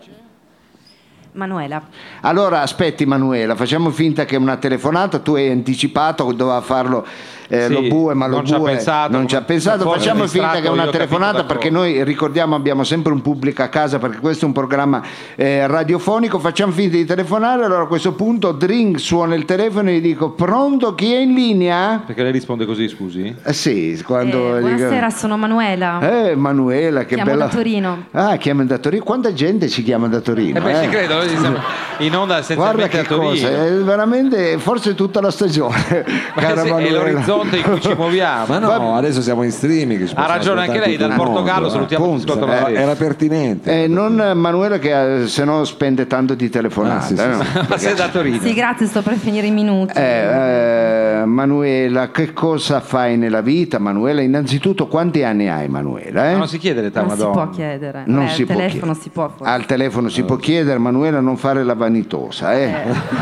Manuela. Allora aspetti Manuela, facciamo finta che è una telefonata, tu hai anticipato che doveva farlo eh, Sì, lo Bue, ma lo non ci ha Bue pensato, non ci ha come- pensato, forse facciamo è finta che è distratto, una io ho capito telefonata da perché cosa. noi ricordiamo abbiamo sempre un pubblico a casa perché questo è un programma eh, radiofonico, facciamo finta di telefonare, allora a questo punto drink suona il telefono e gli dico pronto, chi è in linea? Perché lei risponde così, scusi? Eh sì, quando Eh, dico- buonasera, sono Manuela. Eh Manuela, che Chiamo bella. da Torino. Ah, chiama da Torino. Quanta gente ci chiama da Torino? Eh beh, eh? ci credo, noi siamo in onda Guarda essenzialmente che a Torino. cosa, è veramente forse tutta la stagione. Ma cara sì, è Manuela. l'orizzonte in cui ci muoviamo. Ma no, adesso siamo in streaming. ci Ha possono ragione anche ascoltare lei, dal tutto il Portogallo mondo, salutiamo eh. tutti gli ascoltatori. Era, era pertinente. Eh, non Manuela che eh, se no spende tanto di telefonata. Ah, sì, sì, eh, no? sì. Ma sei da Torino? Sì, grazie, sto per finire i minuti. Eh, eh, Manuela, che cosa fai nella vita? Manuela, innanzitutto quanti anni hai Manuela? eh? Ma non si chiede l'età, non si madonna. può chiedere. Non Beh, si al può telefono chiedere. si può forse. Al telefono si può chiedere, Manuela, non fare la vanitosa. Eh?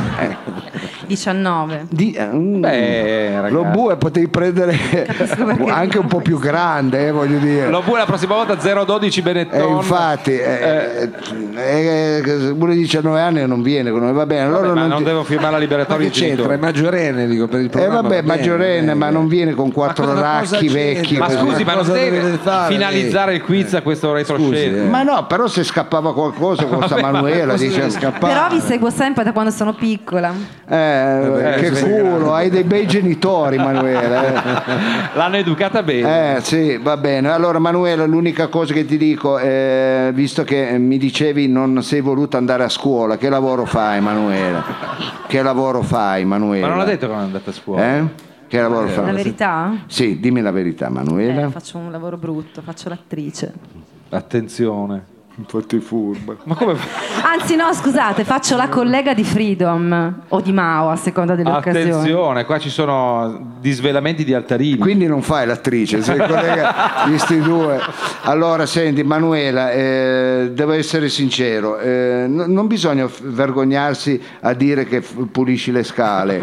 diciannove. Di- eh, mm. Beh, ragazzi. Lo Bue potevi prendere perché anche un po' più grande, eh, voglio dire. Lo vuoi la prossima volta zero dodici Eh, Benetton? infatti, eh, eh, eh, uno di diciannove anni non viene con noi, va bene. Allora Vabbè, ma non non ti- devo firmare la Ma liberatoria che di c'entra? È genitori. maggiorenne, dico, per il Eh programma. vabbè, va bene, maggiorenne, eh, ma non viene con quattro Ma cosa- cosa racchi c'entra? vecchi. Ma così. scusi, ma non cosa deve deve fare finalizzare lei? il quiz a questo retroscena. eh. Ma no, però se scappava qualcosa con sta Vabbè, ma Manuela cosa dice deve scappare? Però vi seguo sempre da quando sono piccola. eh, che sì, culo, hai dei bei genitori Manuela. eh. L'hanno educata bene. Eh sì, va bene. Allora Manuela, l'unica cosa che ti dico, eh, visto che mi dicevi non sei voluta andare a scuola, che lavoro fai Manuela? Che lavoro fai Manuela? Ma non ha detto che non è andata a scuola. Eh? Che lavoro fai? La verità? Sì, dimmi la verità Manuela. Eh, faccio un lavoro brutto, faccio l'attrice. Attenzione. Fatti furba. Ma come? Anzi no, scusate, faccio la collega di Freedom o di Mao a seconda delle occasioni. Attenzione, qua ci sono disvelamenti di Altarini. Quindi non fai l'attrice, sei collega di sti due. Allora, senti, Manuela, eh, devo essere sincero, eh, n- non bisogna f- vergognarsi a dire che f- pulisci le scale.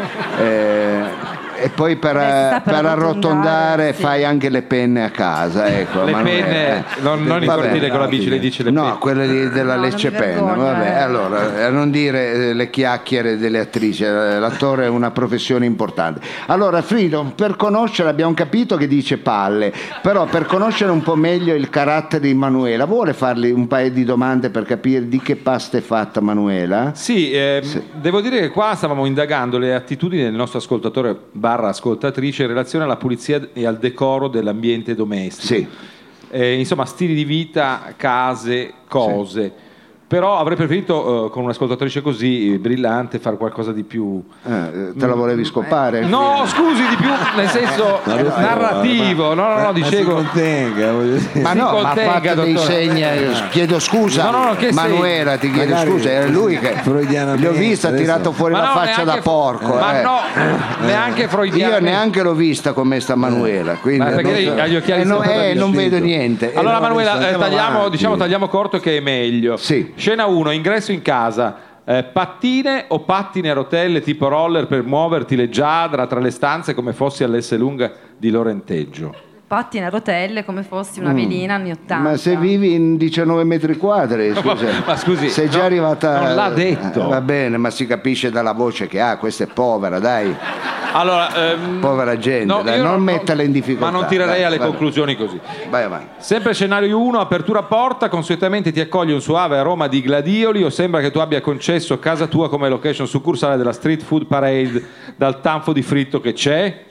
eh, e poi per, Beh, si sta per per arrotondare arrotondare, sì. fai anche le penne a casa. Ecco, Le Manuela, penne, eh. non, non in Vabbè. cortile con la bici, lei dice le No, penne. quelle di- della No, non Lecce mi Penna, vergogno, vabbè, eh. allora, a non dire eh, le chiacchiere delle attrici, eh, l'attore è una professione importante. Allora, Freedom, per conoscere, abbiamo capito che dice palle, però per conoscere un po' meglio il carattere di Manuela, vuole fargli un paio di domande per capire di che pasta è fatta Manuela? Sì, ehm, devo dire che qua stavamo indagando le attitudini del nostro ascoltatore barra ascoltatrice in relazione alla pulizia e al decoro dell'ambiente domestico. Sì. Eh, insomma, stili di vita, case, cose. Però avrei preferito, eh, con un'ascoltatrice così eh, brillante, fare qualcosa di più... Eh, te la volevi scopare? No, scusi, di più, nel senso narrativo. No, no, no, Ma si dicevo... contenga, voglio dire. Ma si no, ma ha contenga, fatto dei dottore. segni, eh, chiedo scusa, No, no, no, che Manuela ti chiedo Magari scusa, era lui che freudianamente, l'ho vista, ha adesso- tirato fuori Ma la no, faccia da neanche- porco. Ma eh. no, neanche Io freudiano. neanche l'ho vista come sta Manuela, quindi Ma perché non so- lei ha gli occhiali eh, no, sopra eh, del non vestito. vedo niente. Eh, Allora no, Manuela, adesso eh, andiamo tagliamo, avanti. diciamo, tagliamo corto che è meglio. Sì. Scena uno, ingresso in casa. Eh, pattine o pattine a rotelle tipo roller per muoverti leggiadra tra le stanze come fossi all'Esselunga di Lorenteggio. Pattine a rotelle come fossi una velina anni ottanta. Ma se vivi in diciannove metri quadri, scusa, ma scusi, sei già no, arrivata. non l'ha detto. Eh, va bene, ma si capisce dalla voce che ha, questa è povera, dai. Allora, ehm, Povera gente, no, dai, io non metterla in difficoltà. Ma non tirerei dai, alle vabbè. conclusioni così. Vai avanti. Sempre scenario uno, apertura porta, consuetamente ti accoglie un soave aroma di gladioli o sembra che tu abbia concesso casa tua come location succursale della Street Food Parade dal tanfo di fritto che c'è?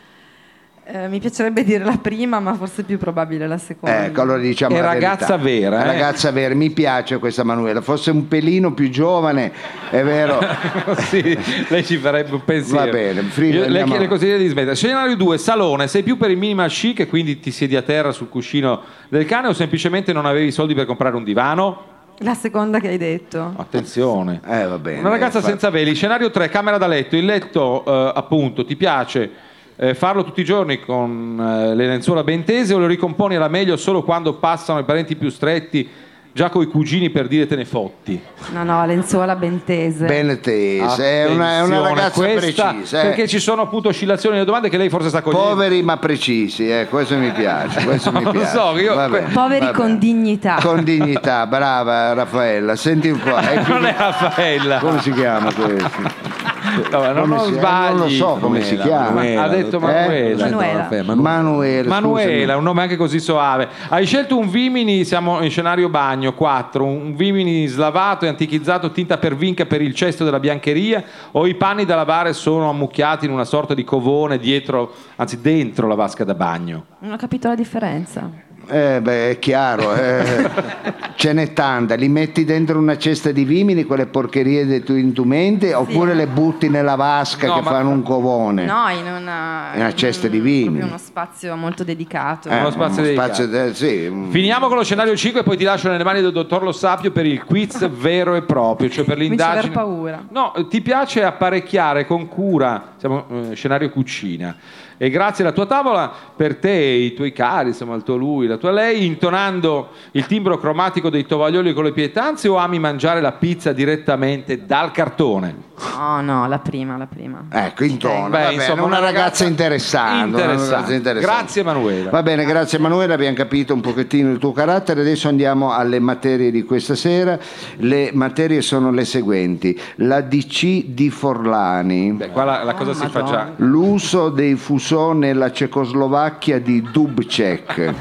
Eh, mi piacerebbe dire la prima, ma forse è più probabile la seconda. Ecco, allora diciamo È la ragazza verità. vera, eh? Ragazza vera, mi piace questa Manuela. Fosse un pelino più giovane, è vero. Sì, lei ci farebbe un pensiero. Va bene, Frido, Io le andiamo- chiedo così di smettere. Scenario due, salone, sei più per il minimal chic e quindi ti siedi a terra sul cuscino del cane o semplicemente non avevi soldi per comprare un divano? La seconda che hai detto. Attenzione. Eh, va bene. Una ragazza fa- senza veli. Scenario tre, camera da letto. Il letto, eh, appunto, ti piace eh, farlo tutti i giorni con eh, le lenzuola ben tese o lo ricomponi alla meglio solo quando passano i parenti più stretti, già coi cugini per dire te ne fotti? No, no, lenzuola ben tese. Bene tese, è una, è una Attenzione, ragazza questa, precisa. eh. perché ci sono appunto oscillazioni nelle domande che lei forse sta cogliendo. Poveri ma precisi, eh, questo mi piace. Questo mi Non piace. so, io- Va bene, Poveri va con bene. dignità. Con dignità, brava Raffaella. Senti un po'. è più- Non è Raffaella. Come si chiama questo? No, ma non, Come non si- sbagli. non lo so come si chiama. Manuela, Ha detto eh? Manuela. Manuela. Manuela. Manuela, un nome anche così soave. Hai scelto un Vimini, siamo in scenario bagno quattro, un Vimini slavato e antichizzato tinta per vinca per il cesto della biancheria o i panni da lavare sono ammucchiati in una sorta di covone dietro, anzi dentro la vasca da bagno? Non ho capito la differenza. Eh beh, è chiaro, eh, ce n'è tanta. Li metti dentro una cesta di vimini, quelle porcherie dei tuoi indumenti, oppure le butti nella vasca No, che ma- fanno un covone? No, in una, È una cesta di in vini. proprio uno spazio molto dedicato. Eh, uno spazio uno dedicato. spazio de- sì. Finiamo con lo scenario cinque e poi ti lascio nelle mani del dottor Lo Sapio per il quiz vero e proprio, cioè per Comincio ad l'indagine. aver paura. No, ti piace apparecchiare con cura, siamo eh, scenario cucina. E grazie alla tua tavola, per te, i tuoi cari, insomma, il tuo lui, la tua lei, intonando il timbro cromatico dei tovaglioli con le pietanze o ami mangiare la pizza direttamente dal cartone? No, no, la prima, la prima. Ecco, intorno. Beh, Va bene, insomma, una, una ragazza, ragazza interessante, una interessante. ragazza interessante. Grazie, Manuela. Va bene, grazie Manuela, abbiamo capito un pochettino il tuo carattere. Adesso andiamo alle materie di questa sera. Le materie sono le seguenti: la D C di Forlani, Beh, qua la, la cosa Oh, si fa già. l'uso dei fusò nella Cecoslovacchia di Dubček,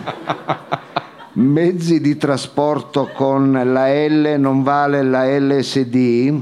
mezzi di trasporto con la L non vale la L S D,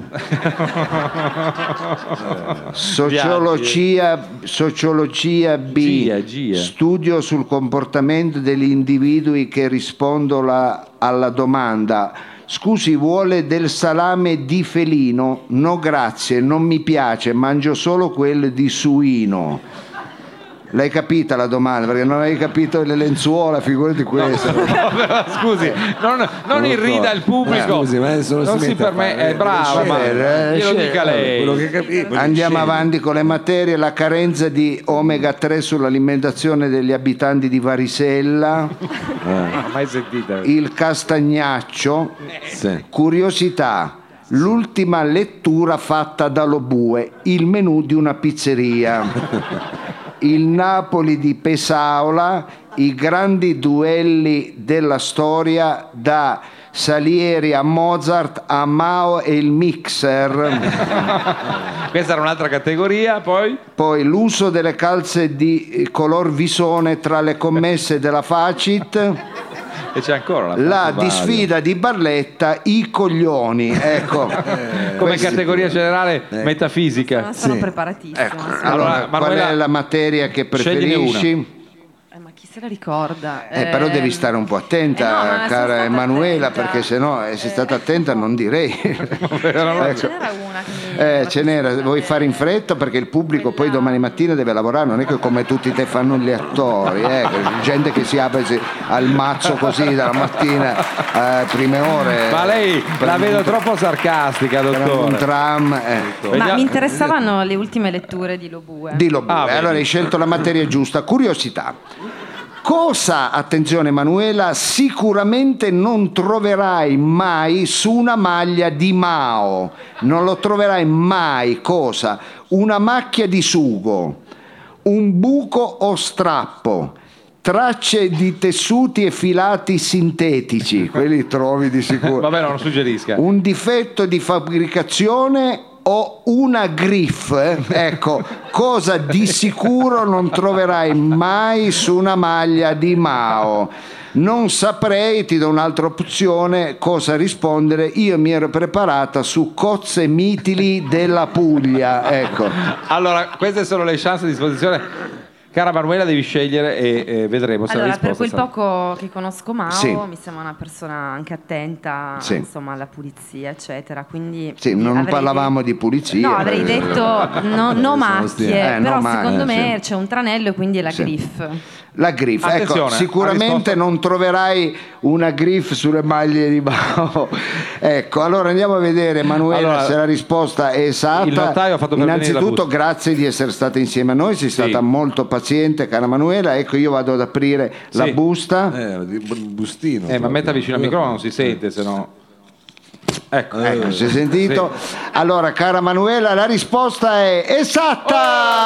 sociologia, sociologia B, Gia, Gia. studio sul comportamento degli individui che rispondono la- alla domanda: scusi, vuole del salame di felino? No grazie, non mi piace, mangio solo quello di suino. L'hai capita la domanda? Perché non hai capito le lenzuola, figurati questo. Scusi, non, non irrida il pubblico. Eh, scusi, ma adesso non non si si mette a permette, fare- è brava, ma Sceglie, glielo sceglie. dica lei. Quello che capivo. Andiamo avanti con le materie. La carenza di omega tre sull'alimentazione degli abitanti di Varisella, Non ho mai sentita. il castagnaccio, Sì. curiosità, l'ultima lettura fatta da Lobue, il menù di una pizzeria, il Napoli di Pesaola, i grandi duelli della storia da Salieri a Mozart a Mao e il mixer, Questa era un'altra categoria, poi poi l'uso delle calze di color visone tra le commesse della Facit, e c'è ancora la, la Franco Vario. disfida di Barletta, i coglioni, ecco. come Questi- categoria generale metafisica. Non sono Sì. preparatissima. Ecco, sono- allora, Allora, qual Manuela, è la materia che scegliene preferisci? Eh, ma chi se la ricorda? Eh, però devi stare un po' attenta, eh no, ma sono cara stata Emanuela, attenta. perché se no, eh, sei stata attenta, non direi. Ce n'era una che mi... Eh, ce n'era, vuoi fare in fretta perché il pubblico poi domani mattina deve lavorare, non è che come tutti te fanno gli attori, eh, gente che si apre si- al mazzo così dalla mattina a prime ore. Ma lei prende la un vedo tra- troppo sarcastica, prende un dottore. tram. eh. Ma Vediamo- mi interessavano le ultime letture di Lobue. Di Lobue. Ah, vedi. Allora hai scelto la materia giusta. Curiosità. Cosa, attenzione Manuela, sicuramente non troverai mai su una maglia di Mao? Non lo troverai mai. Cosa? Una macchia di sugo, un buco o strappo, tracce di tessuti e filati sintetici, quelli trovi di sicuro. Vabbè, non suggerisca. Un difetto di fabbricazione o una griff, eh? Ecco, cosa di sicuro non troverai mai su una maglia di Mao. Non saprei, ti do un'altra opzione, cosa rispondere. Io mi ero preparata su cozze mitili della Puglia. Ecco. Allora, queste sono le chance a disposizione. Cara Manuela, devi scegliere e, e vedremo se allora, la risposta per quel sarà... poco che conosco Mao, Sì. mi sembra una persona anche attenta, Sì. insomma, alla pulizia, eccetera. Quindi Sì, non avrei parlavamo de- di pulizia. No, avrei detto no, no macchie, Eh, no però macchie, secondo me sì. c'è un tranello e quindi è la Sì. griff. La griff, ecco, Attenzione, sicuramente ha risposto- non troverai una griff sulle maglie di Mao. Ecco, allora andiamo a vedere, Manuela, Allora, se la risposta è esatta. il notaio ha fatto pervenire la Innanzitutto busta. grazie di essere stata insieme a noi, sei Sì. stata molto paziente, cara Manuela. Ecco, io vado ad aprire la Sì. busta. Eh, di- un bustino. Eh, ma proprio. metta vicino al microfono, non si sente, se no... Ecco, Ecco, si è sentito? Sì. Allora, cara Manuela, la risposta è esatta!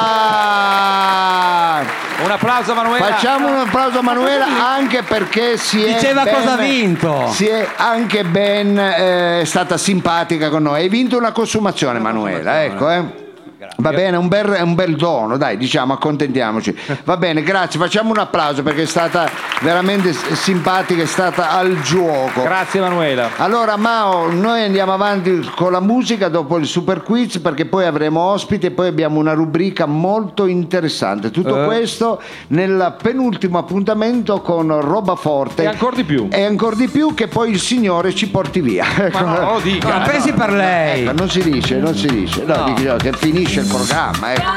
Un applauso a Manuela. Facciamo un applauso a Manuela anche perché si è Diceva ben- cosa ha vinto. Si è anche ben eh, è stata simpatica con noi. Hai vinto una consumazione, Manuela, ecco, eh. Va bene, un bel, un bel dono, dai, diciamo, accontentiamoci. Va bene, grazie, facciamo un applauso perché è stata veramente s- simpatica, è stata al gioco. Grazie Manuela. Allora Mao, noi andiamo avanti con la musica dopo il super quiz perché poi avremo ospiti e poi abbiamo una rubrica molto interessante. Tutto Eh. questo nel penultimo appuntamento con Roba Forte. E ancora di più. E ancora di più che poi il Signore ci porti via. Ma no, non lo dica. Ma pensi per lei. Ecco, non si dice, non si dice. No, No. dico io che finisce il programma. Ecco.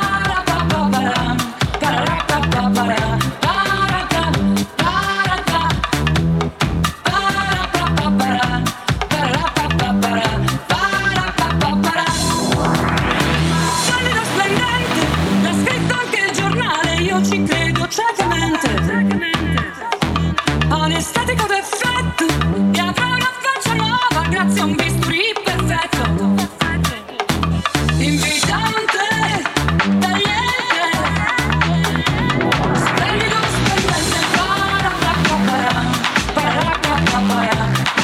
Splendido, splendente, l'ha scritto anche il giornale, io ci credo ciecamente. Ha un estetico d'effetto e avrà una faccia nuova grazie a un bisturi perfetto. Invitante, tagliente, splendido, splendente, para-pa-pa-para, para-pa-pa-para,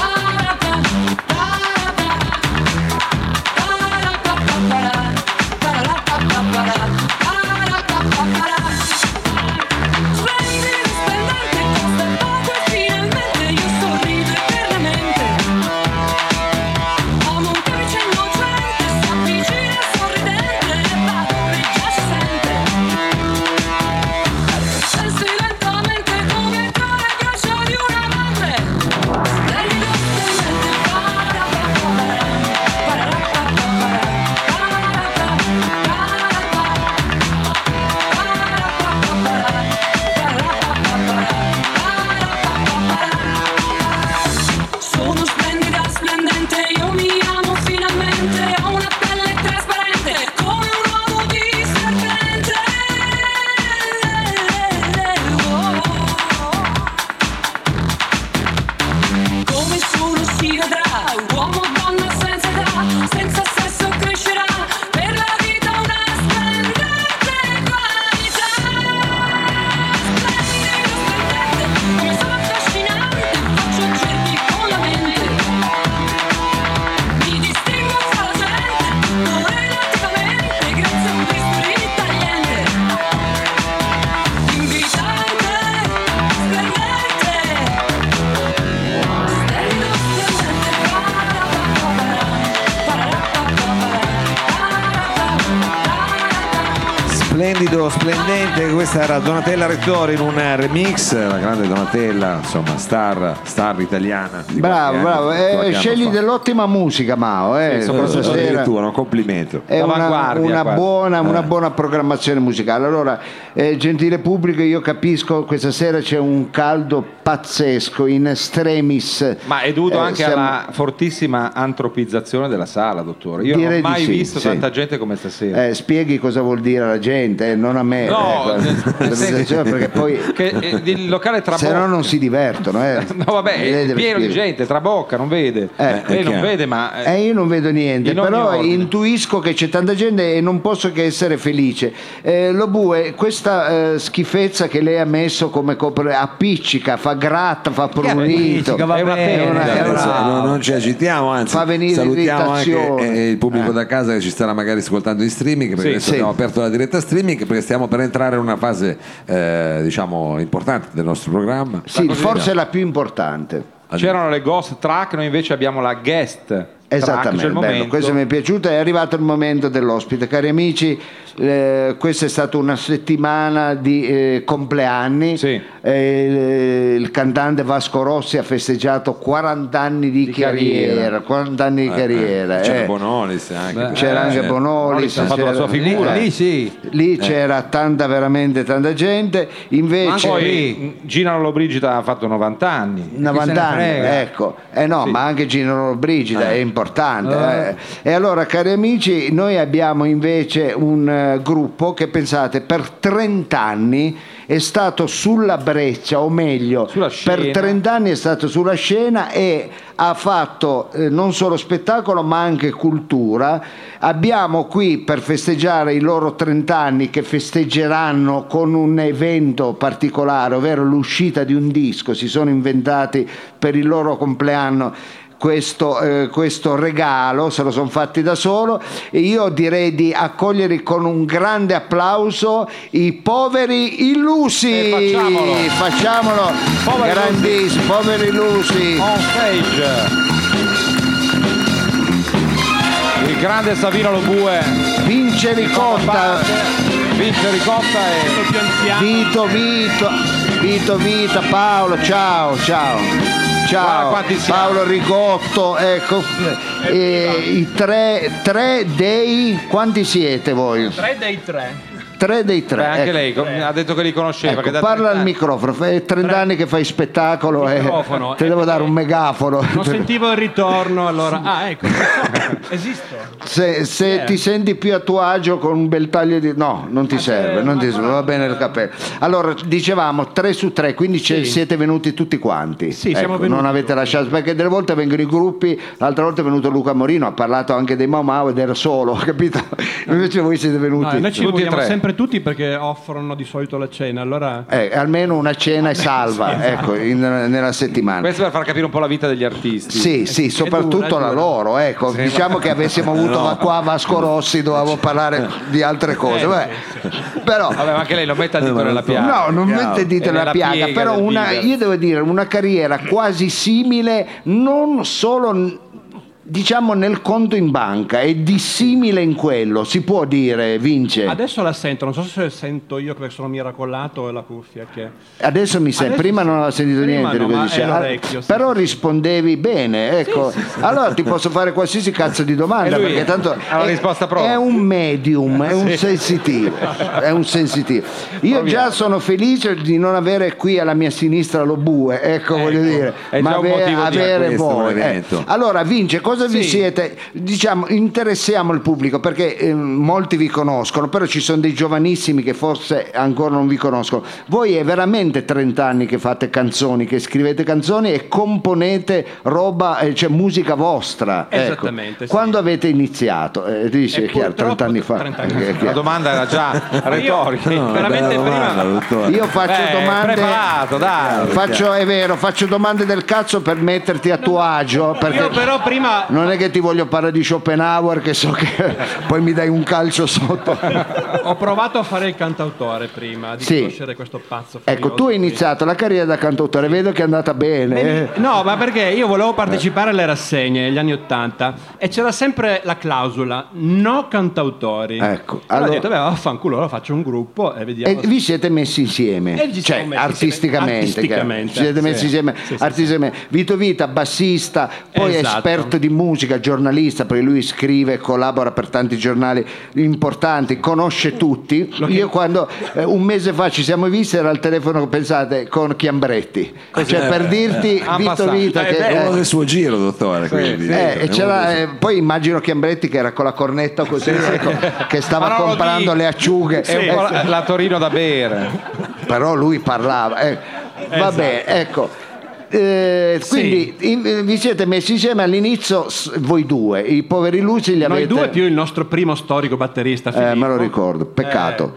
splendido, splendente, costa poco e finalmente io sorrido eternamente. Amo un camice innocente, si avvicina sorridente e vado e già si sente. Pensi lentamente come tra le braccia di un amante. Splendido, splendente, para-pa-pa-para, para-pa-pa-para, sono splendida, splendente, io mi amo finalmente, ho una pelle trasparente, come un uovo di serpente. Come solo si vedrà, uomo o donna senza età, senza sesso crescerà, per la vita una splendente qualità. Splendido, splendente, come sono affascinante, faccio cerchi con la mente. Mi distingo fra la gente, non relativamente, grazie a un bisturi tagliente. Invitante, splendente, splendido, splendente, Splendido, splendente, questa era Donatella Rettori in un remix, la grande Donatella, insomma, star, star italiana. di Bravo, qualche bravo. anno- Eh, qualche anno scegli fa. dell'ottima musica, Mao. Eh, Sì, questa Eh, sera. addirittura, un complimento. È una, D'avanguardia, una quasi. buona, una buona programmazione musicale. Allora, eh, gentile pubblico, io capisco questa sera c'è un caldo pazzesco in extremis. Ma è dovuto Eh, anche siamo- alla fortissima antropizzazione della sala, dottore. Io Direi non ho di mai sì, visto sì. tanta gente come stasera. Eh, spieghi cosa vuol dire alla gente, eh, non a me, No, ecco, nel- nel senso- perché poi Che eh, il locale Trabocca. se no non si divertono. Eh. No, vabbè, Lei è deve pieno di spiegare. gente, Trabocca, non vede. Eh, Lei è non chiaro. vede, ma eh, Eh, io non vedo niente, In ogni però ordine. intuisco che c'è tanta gente e non posso che essere felice. Eh, lo Bue, questa eh, schifezza che lei ha messo come copre appiccica, fa gratta, fa prurito. appiccica, va è una bene, pena. una- è Adesso una- non, non ci agitiamo, anzi Fa venire salutiamo anche irritazione. eh, il pubblico Eh. da casa che ci starà magari ascoltando in streaming, perché Sì. adesso Sì. abbiamo aperto la diretta streaming perché stiamo per entrare in una fase eh, diciamo importante del nostro programma. Sì, forse è la più importante. C'erano le ghost track, noi invece abbiamo la guest track. C'è Esattamente, il bello, momento. questo mi è piaciuto, è arrivato il momento dell'ospite. Cari amici, eh, questa è stata una settimana di eh, compleanni. Sì. Eh, il cantante Vasco Rossi ha festeggiato quaranta anni di, Di carriera, carriera. quaranta anni di carriera. C'era eh. Bonolis anche. Beh, C'era anche Eh, Bonolis, ha fatto la sua c'era- figura. Lì, lì sì. lì c'era tanta, veramente tanta gente. Invece Poi Sì. Gina Lollobrigida ha fatto novanta anni. Chi se novanta ne anni, frega. ecco, eh no, ma anche Gino Brigida è importante. Eh. eh. E allora, cari amici, noi abbiamo invece un eh, gruppo che pensate per trenta anni è stato sulla breccia, o meglio, Sulla scena. per trenta anni è stato sulla scena e ha fatto eh, non solo spettacolo ma anche cultura. Abbiamo qui per festeggiare i loro trenta anni, che festeggeranno con un evento particolare, ovvero l'uscita di un disco. Si sono inventati per il loro compleanno questo, eh, questo regalo, se lo sono fatti da solo, e io direi di accogliere con un grande applauso i Poveri Illusi. Eh, facciamolo. Facciamolo, Poveri grandissimi, Poveri Illusi. On stage. Il grande Savino Lobue. Vince Ricotta, Vince Ricotta e Vito, Vito, Vito, Vita, Paolo, ciao, ciao. Guarda Ciao, quanti siamo. Paolo Rigotto, ecco, e i tre, tre dei, quanti siete voi? Tre dei tre. Tre dei tre. Beh, anche ecco. lei co- ha detto che li conosceva. Ecco, che da parla al trenta anni- microfono, fai trenta anni che fai spettacolo e Microfono, ti eh, devo dare un megafono. Non sentivo il ritorno, allora. Ah, ecco, esisto. Se, se ti senti più a tuo agio con un bel taglio di... No, non ti serve, non ti serve, va bene il cappello. Allora, dicevamo tre su tre, quindi ci siete venuti tutti quanti. Sì, siamo Ecco, venuti non avete lasciato, perché delle volte vengono i gruppi, l'altra volta è venuto Luca Morino, ha parlato anche dei Mau Mau ed era solo, capito? Invece voi siete venuti. No, noi ci Tutti e vogliamo tre. sempre tutti perché offrono di solito la cena, allora... Eh, almeno una cena e salva, ecco, in- nella settimana. Questo per far capire un po' la vita degli artisti. Sì, sì, soprattutto dura, è la dura. loro, ecco. Diciamo che avessimo avuto qua Vasco Rossi, dovevamo parlare di altre cose. Vabbè. Però Vabbè, ma anche lei lo metta il dito nella piaga. no, non mette dito È nella nella piaga, piega però del una, Bieber. io devo dire una carriera quasi simile, non solo diciamo nel conto in banca, è dissimile in quello, si può dire, Vince. Adesso la sento, non so se sento io che sono miracolato o la cuffia che... Adesso mi sembra, Adesso prima sì. non avevo sentito Prima niente di no, quello ma che dicevi. è l'orecchio, sì, però sì. rispondevi bene, ecco. Allora ti posso fare qualsiasi cazzo di domanda, E lui perché tanto ha la è, risposta pronta. è un medium, è un sensitivo, è un sensitivo. Io già sono felice di non avere qui alla mia sinistra lo Bue, ecco, voglio dire, è ma già un ave- motivo di avere questo voi. eh. evento. Allora Vince, cosa vi Sì. siete, diciamo, interessiamo il pubblico, perché eh, molti vi conoscono, però ci sono dei giovanissimi che forse ancora non vi conoscono. Voi è veramente trenta anni che fate canzoni, che scrivete canzoni e componete roba, eh, cioè musica vostra. ecco. Esattamente, sì. Quando avete iniziato? Eh, dici, E è chiaro, purtroppo trenta anni fa. trenta anni Eh, è La chiaro. domanda era già retorica. No, veramente bella domanda, prima- dottore. Io faccio Beh, domande. preparato, dai. Faccio, è vero, faccio domande del cazzo per metterti a tuo agio. Perché Io però prima... non è che ti voglio parlare di Schopenhauer, che so che poi mi dai un calcio sotto. Ho provato a fare il cantautore prima di Sì. conoscere questo pazzo. Ecco, tu hai iniziato la carriera da cantautore, vedo che è andata bene. eh. No, ma perché io volevo partecipare alle rassegne negli anni Ottanta e c'era sempre la clausola no cantautori. Ecco, allora, allora- ho detto, beh, vaffanculo, allora faccio un gruppo e vediamo. E vi siete messi insieme, E ci cioè siamo messi artisticamente, insieme. chiaro. Artisticamente, Ci siete messi sì. insieme Sì, sì, artisticamente. Vito Vita, bassista, poi Esatto. esperto di musica, giornalista, perché lui scrive e collabora per tanti giornali importanti, conosce tutti. Io quando eh, un mese fa ci siamo visti era al telefono, pensate, con Chiambretti, cioè per dirti Ah, Vito passato. Vita È che uno del suo giro, dottore. quindi, eh, è e uno c'era, del suo- eh, poi immagino Chiambretti che era con la cornetta così, ecco, che stava Ma non lo comprando dico. le acciughe. È un Eh, po' la, la Torino da bere. però lui parlava. eh. Vabbè, ecco. Eh, quindi in- vi siete messi insieme all'inizio, s- voi due, i poveri Luci li avete. Noi due più il nostro primo storico batterista Eh, Filippo. me lo ricordo, peccato.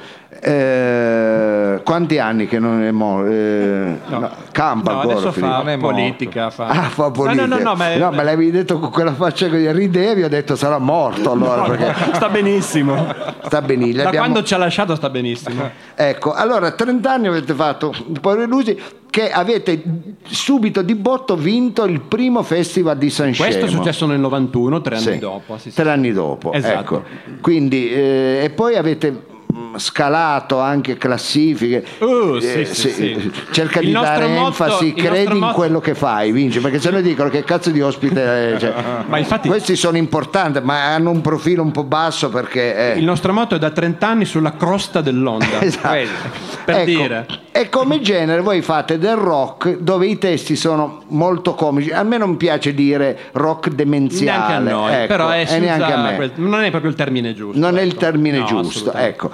Eh, quanti anni che non è morto? Eh, no, campa No, ancora. adesso Filippo. fa Non è morto. politica. Fa... Ah, fa politica. No, no, no, no, ma, No, me l'avevi detto con quella faccia che ridevi, ho detto sarà morto allora, no, perché sta benissimo. sta benissimo. Da Abbiamo- quando ci ha lasciato sta benissimo. Ecco, allora trenta anni avete fatto i poveri Luci, che avete subito di botto vinto il primo festival di San Scemo. Questo è successo nel novantuno, tre anni Sì, dopo. Sì, sì. tre anni dopo, Esatto. ecco. Quindi, eh, e poi avete mh, scalato anche classifiche. Uh, sì, Eh, sì, sì. Cerca Il di nostro dare motto- enfasi, il credi nostro in motto- quello che fai, vinci, perché se no dicono che cazzo di ospite è, cioè, Ma infatti questi sono importanti, ma hanno un profilo un po' basso perché eh, il nostro motto è da trenta anni sulla crosta dell'onda. Esatto. Per Ecco, dire. e come genere voi fate del rock dove i testi sono molto comici. A me non piace dire rock demenziale, Neanche a noi, ecco, però è e si neanche usa a me. quel- non è proprio il termine giusto. Non è il ecco. termine No, giusto, assolutamente. ecco.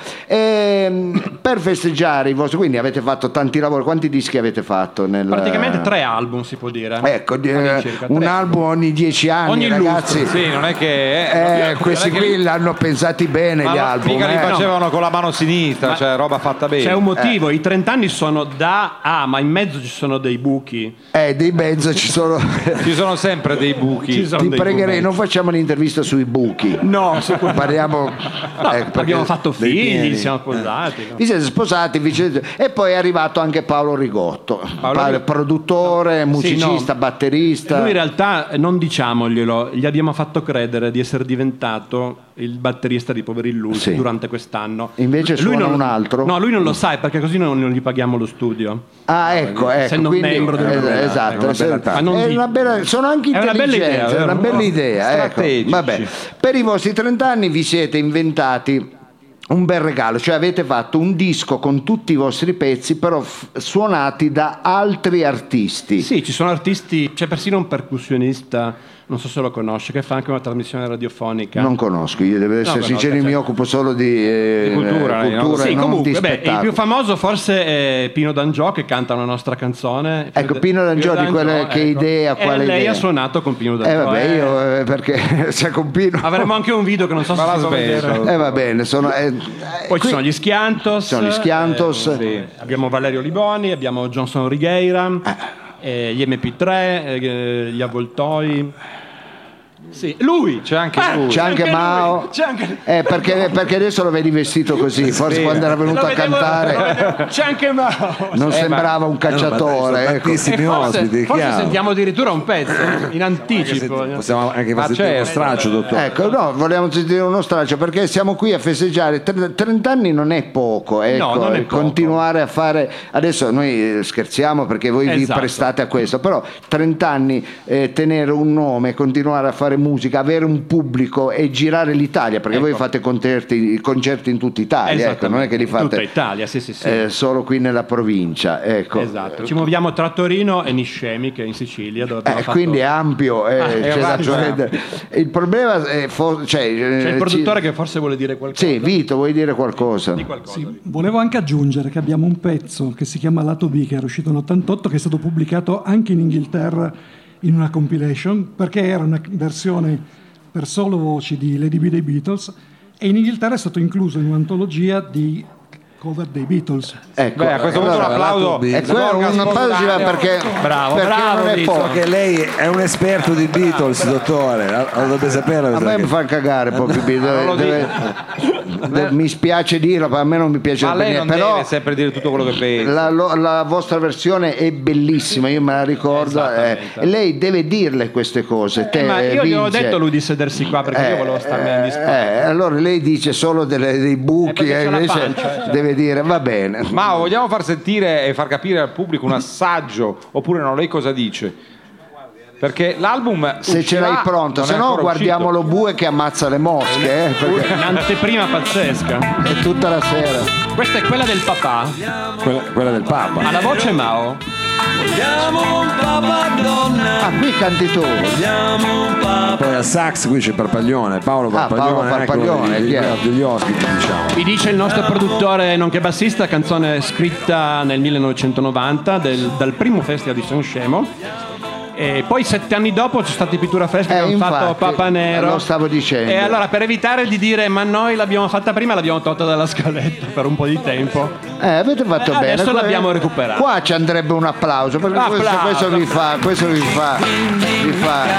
Ehm, per festeggiare i vostri, quindi avete fatto tanti lavori. Quanti dischi avete fatto? Nel... Praticamente tre album si può dire. Ecco, di- All'incirca, un tre. album ogni dieci anni, Ogni ragazzi. lustro, Sì, non è che. Eh, non questi è che- qui l'hanno pensati bene ma gli no, album. mica li eh. facevano con la mano sinistra, Ma- cioè roba fatta bene. C'è un motivo, i trenta anni sono da A, ma in mezzo ci sono dei buchi. Eh, dei mezzo ci sono. Ci sono sempre dei buchi. Ci sono Ti dei pregherei, buchi. non facciamo l'intervista sui buchi. No, su quello- Parliamo. No, eh, perché abbiamo fatto dei figli, pieni. siamo sposati. no? Vi siete sposati, vi siete- e poi è arrivato anche Paolo Rigotto, Paolo Pa- Rigotto. produttore, musicista, no. batterista. Lui in realtà, eh, non diciamoglielo, gli abbiamo fatto credere di essere diventato il batterista di Poveri Illusi Sì. durante quest'anno. Invece suona non, un altro? No, lui non lo sa perché così non, non gli paghiamo lo studio. Ah, ecco, ecco. essendo quindi- membro del eh, gruppo. esatto, È una bella è tavola. una Ma non bella- sono anche È una bella intelligenti, idea, è una vero? bella idea. Ecco. Strategici. Vabbè. Per i vostri trenta anni vi siete inventati un bel regalo, cioè avete fatto un disco con tutti i vostri pezzi, però f- suonati da altri artisti. Sì, ci sono artisti, c'è persino un percussionista, non so se lo conosce, che fa anche una trasmissione radiofonica. Non conosco, io devo essere No, sincero, conosco, mi cioè- occupo solo di, eh, Di cultura, eh, no? cultura Sì, e non comunque, di beh, il spettacolo. più famoso forse è Pino D'Angiò che canta una nostra canzone. Ecco, Pino D'Angiò, di quelle che idea, E quale lei idea? ha suonato con Pino Eh D'Angiò. vabbè, eh. io eh, perché se con Pino. Avremo anche un video che non so se Ma la si può smetta. vedere. Eh va bene, sono, eh, Poi qui- ci sono gli Schiantos. sono gli Schiantos. eh, sì. Abbiamo Valerio Liboni, abbiamo Johnson Righeira, eh, gli M P tre, eh, gli Avvoltoi. Sì, lui! C'è anche Ah, lui. C'è anche lui, Mao. C'è anche Eh, perché, perché adesso lo vedi vestito così, forse Sì. quando era venuto Lo a vedevo- cantare lo vedevo- C'è anche Mao! non Eh, sembrava un No, no, ma cacciatore. dai, sono ecco. tantissimi E forse, ospiti, forse chiaro. sentiamo addirittura un pezzo in anticipo. Possiamo anche Ma far sentire uno certo. straccio, dottore. Ecco, no, volevamo sentire uno straccio perché siamo qui a festeggiare. Tre- trenta anni non è poco, ecco, No, non è poco. continuare a fare. Adesso noi eh, scherziamo perché voi vi Esatto. prestate a questo, però trenta anni eh, tenere un nome, continuare a fare musica, avere un pubblico e girare l'Italia, perché voi Ecco. fate concerti, concerti in tutta Italia, ecco, non è che li Tutta fate Italia, sì, sì, sì. eh, solo qui nella provincia. Ecco. Esatto. Ci muoviamo tra Torino e Niscemi, che è in Sicilia, dove abbiamo Eh, fatto- quindi è ampio, eh, Ah, è c'è da raggio, prendere. Il problema è fo- cioè, C'è eh, il produttore ci- che forse vuole dire qualcosa. Sì, Vito, vuoi dire qualcosa? Di qualcosa. Sì, volevo anche aggiungere che abbiamo un pezzo che si chiama Lato B, che era uscito nell'ottantotto, che è stato pubblicato anche in Inghilterra in una compilation, perché era una versione per solo voci di Lady B dei Beatles, e in Inghilterra è stato incluso in un'antologia di cover dei Beatles. Ecco, Beh, a questo punto allora, un applauso. lato B. è quello, Sborga un applauso ci va spontaneo. perché, Bravo, perché bravo, non è Vito. poco. Che lei è un esperto di Beatles, dottore, lo dovrebbe sapere. A me perché- mi fa cagare proprio deve- lo deve- deve- mi spiace dirlo, ma a me non mi piace Ma per lei niente, non però deve sempre dire tutto quello che pensa. la, lo- la vostra versione è bellissima, io me la ricordo, eh, Esattamente. e lei deve dirle queste cose. Te, Eh, ma io gli ho Vince. detto a lui di sedersi qua perché io volevo starmene in disparte. eh, allora lei dice solo delle- dei Eh, buchi perché e c'ha la invece pancia, cioè. deve dire va bene. Ma vogliamo far sentire e far capire al pubblico un assaggio oppure no? Lei cosa dice? Perché l'album Se ce uscirà, l'hai pronto, non se è no ancora guardiamo uscito. lo bue che ammazza le mosche, eh, perché Un'anteprima pazzesca. è tutta la sera. Questa è quella del papà. Quella, quella del Papa. Ha la voce Mao. Ah, qui canti tu. Poi al sax qui c'è Parpaglione, Paolo Ah, Parpaglione, Paolo Parpaglione, ecco, chi è? degli, degli ospiti, diciamo. Mi dice il nostro produttore nonché bassista, canzone scritta nel millenovecentonovanta del- dal primo festival di San Scemo. E poi sette anni dopo c'è stato il Pittura Festival Eh, che hanno fatto infatti, Papa Nero. lo stavo dicendo. E allora per evitare di dire ma noi l'abbiamo fatta prima, l'abbiamo tolta dalla scaletta per un po' di tempo. Eh, avete fatto Eh, bene. adesso Qua- l'abbiamo recuperato. Qua ci andrebbe un applauso perché questo, Applauso, questo vi fa, questo vi fa, vi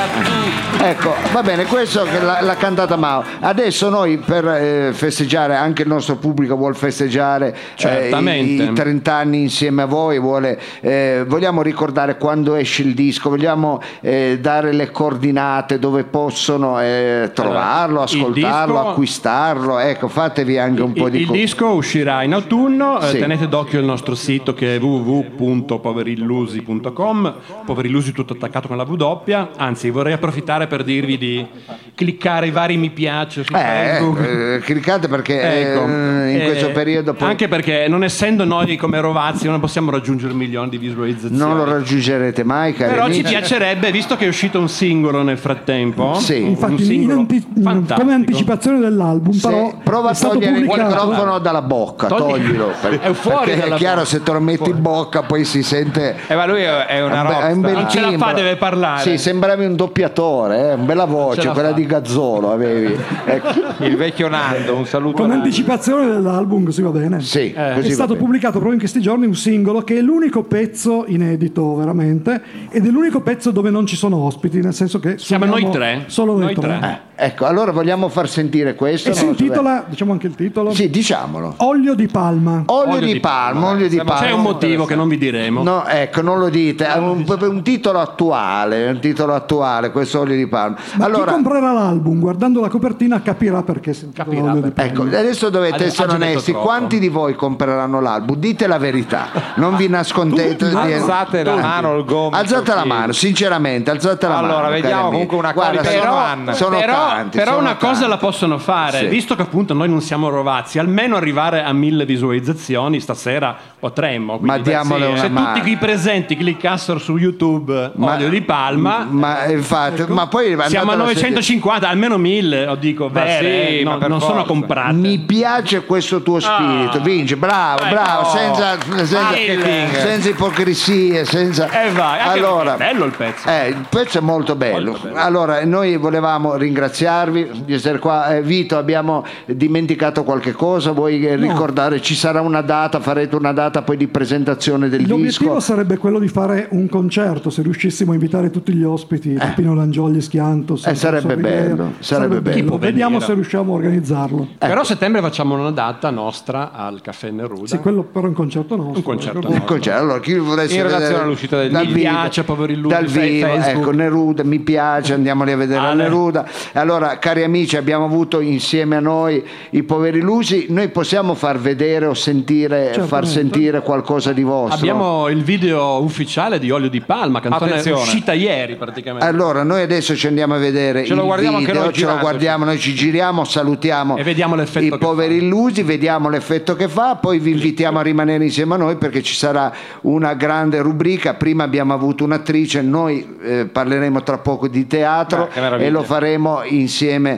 fa. Ecco, va bene, questo che l'ha, l'ha cantata Mao. Adesso noi per eh, festeggiare, anche il nostro pubblico vuol festeggiare eh, Certamente. i, i trenta anni insieme a voi, vuole, eh, vogliamo ricordare quando esce il disco, vogliamo eh, dare le coordinate dove possono eh, trovarlo, Allora, il ascoltarlo, disco- acquistarlo. Ecco, fatevi anche un po' Il, di il co- disco uscirà in autunno, eh, Sì. tenete d'occhio il nostro sito che è w w w punto poverillusi punto com, poverillusi tutto attaccato con la W, anzi vorrei approfittare per dirvi di cliccare i vari mi piace su Eh, Facebook. eh, cliccate perché Ecco, eh, in eh, questo periodo poi anche perché non essendo noi come Rovazzi non possiamo raggiungere milioni di visualizzazioni. non lo raggiungerete mai, cari Però ci amici. piacerebbe, visto che è uscito un singolo nel frattempo, Sì. un Infatti, in singolo anti- fantastico. come anticipazione dell'album, Se- però prova è a stato togliere il pubblicato. microfono dalla bocca, Togli- toglilo. per- È fuori perché dalla è chiaro, bocca. se te lo metti in bocca poi si sente. Eh, ma lui è è una È un be- è un bel rockstar. Non ce la fa, timbro. deve parlare. Sì, sembravi un doppiatore, eh, una bella ce voce, la quella fa. di Gazzolo avevi. Ecco. Il vecchio Nando, un saluto. Come a Nando. anticipazione dell'album, così va bene. Sì, È così va stato bene. pubblicato proprio in questi giorni un singolo che è l'unico pezzo inedito veramente ed è l'unico pezzo dove non ci sono ospiti, nel senso che Siamo suoniamo noi tre. solo noi, Noi tre. tre. Ecco, allora vogliamo far sentire questo? E si Non lo so intitola, diciamo anche il titolo, bene. Sì, diciamolo. Olio di palma. Olio, Olio di di palma, olio di palma. C'è un motivo che non vi diremo. No, ecco, non lo dite, è un, un titolo attuale, un titolo attuale, questo olio di palma. Ma Allora, chi comprerà l'album guardando la copertina capirà perché si intitola Capirà Olio di palma. ecco, adesso dovete Ha- ha essere già detto onesti, troppo. quanti di voi compreranno l'album? Dite la verità, non vi nascondete. di- Alzate la Tutti. mano, il gomito, Alzate la sì. mano, sinceramente, alzate la Allora, mano. vediamo cari comunque una amici. Guarda, qualità sono, fan. sono però tanti. però sono una cosa tanti. la possono fare, Sì. visto che appunto noi non siamo Rovazzi, almeno arrivare a mille visualizzazioni stasera potremmo. Ma Quindi, diamole se una tutti mano. qui presenti cliccassero su YouTube Ma- Olio di Palma, Ma infatti, ma poi siamo a andatelo sentire. novecentocinquanta, almeno mille, o dico, Ma vere, sì, no- ma per non sono forza. comprate. Mi piace questo tuo spirito, Ah. vince, bravo, Eh, bravo, no. senza, senza, Marketing. senza ipocrisie, senza... Eh vai, anche allora, perché è bello il pezzo. eh, il pezzo è molto bello. Molto bello. Allora, noi volevamo ringraziarvi di essere qua. Eh, Vito, abbiamo dimenticato qualche cosa? Vuoi eh, ricordare? Ci sarà una data, farete una data poi di presentazione del L'obiettivo disco? sarebbe quello di fare un concerto, se riuscissimo a invitare tutti gli ospiti, Pino Langiogli, Schianto, Eh, sarebbe bello, sarebbe bello. bello. Vediamo venire. se riusciamo a organizzarlo. Però a settembre facciamo una data nostra al Caffè Neruda. Sì, quello però è un concerto nostro. Un concerto proprio- Un concerto. Allora, chi volesse In relazione vedere all'uscita del dal Mi vivo, piace, poveri illusi, dal vivo, Facebook. ecco, Neruda, mi piace, andiamoli a vedere a Ale. Neruda. Allora, cari amici, abbiamo avuto insieme a noi i poveri illusi. Noi possiamo far vedere o sentire, far Certamente. sentire qualcosa di vostro? Abbiamo il video ufficiale di Olio di Palma, canzone Attenzione. uscita ieri praticamente. Allora, noi adesso ci andiamo a vedere Ce lo il guardiamo anche video, noi ce lo girandoci. guardiamo, noi ci giriamo, salutiamo E vediamo l'effetto i che poveri fa. illusi, vediamo l'effetto che fa, poi vi invitiamo a rimanere insieme a noi perché ci sarà una grande rubrica. Prima abbiamo avuto un'attrice, noi eh, parleremo tra poco di teatro Beh, che meraviglia. e lo faremo insieme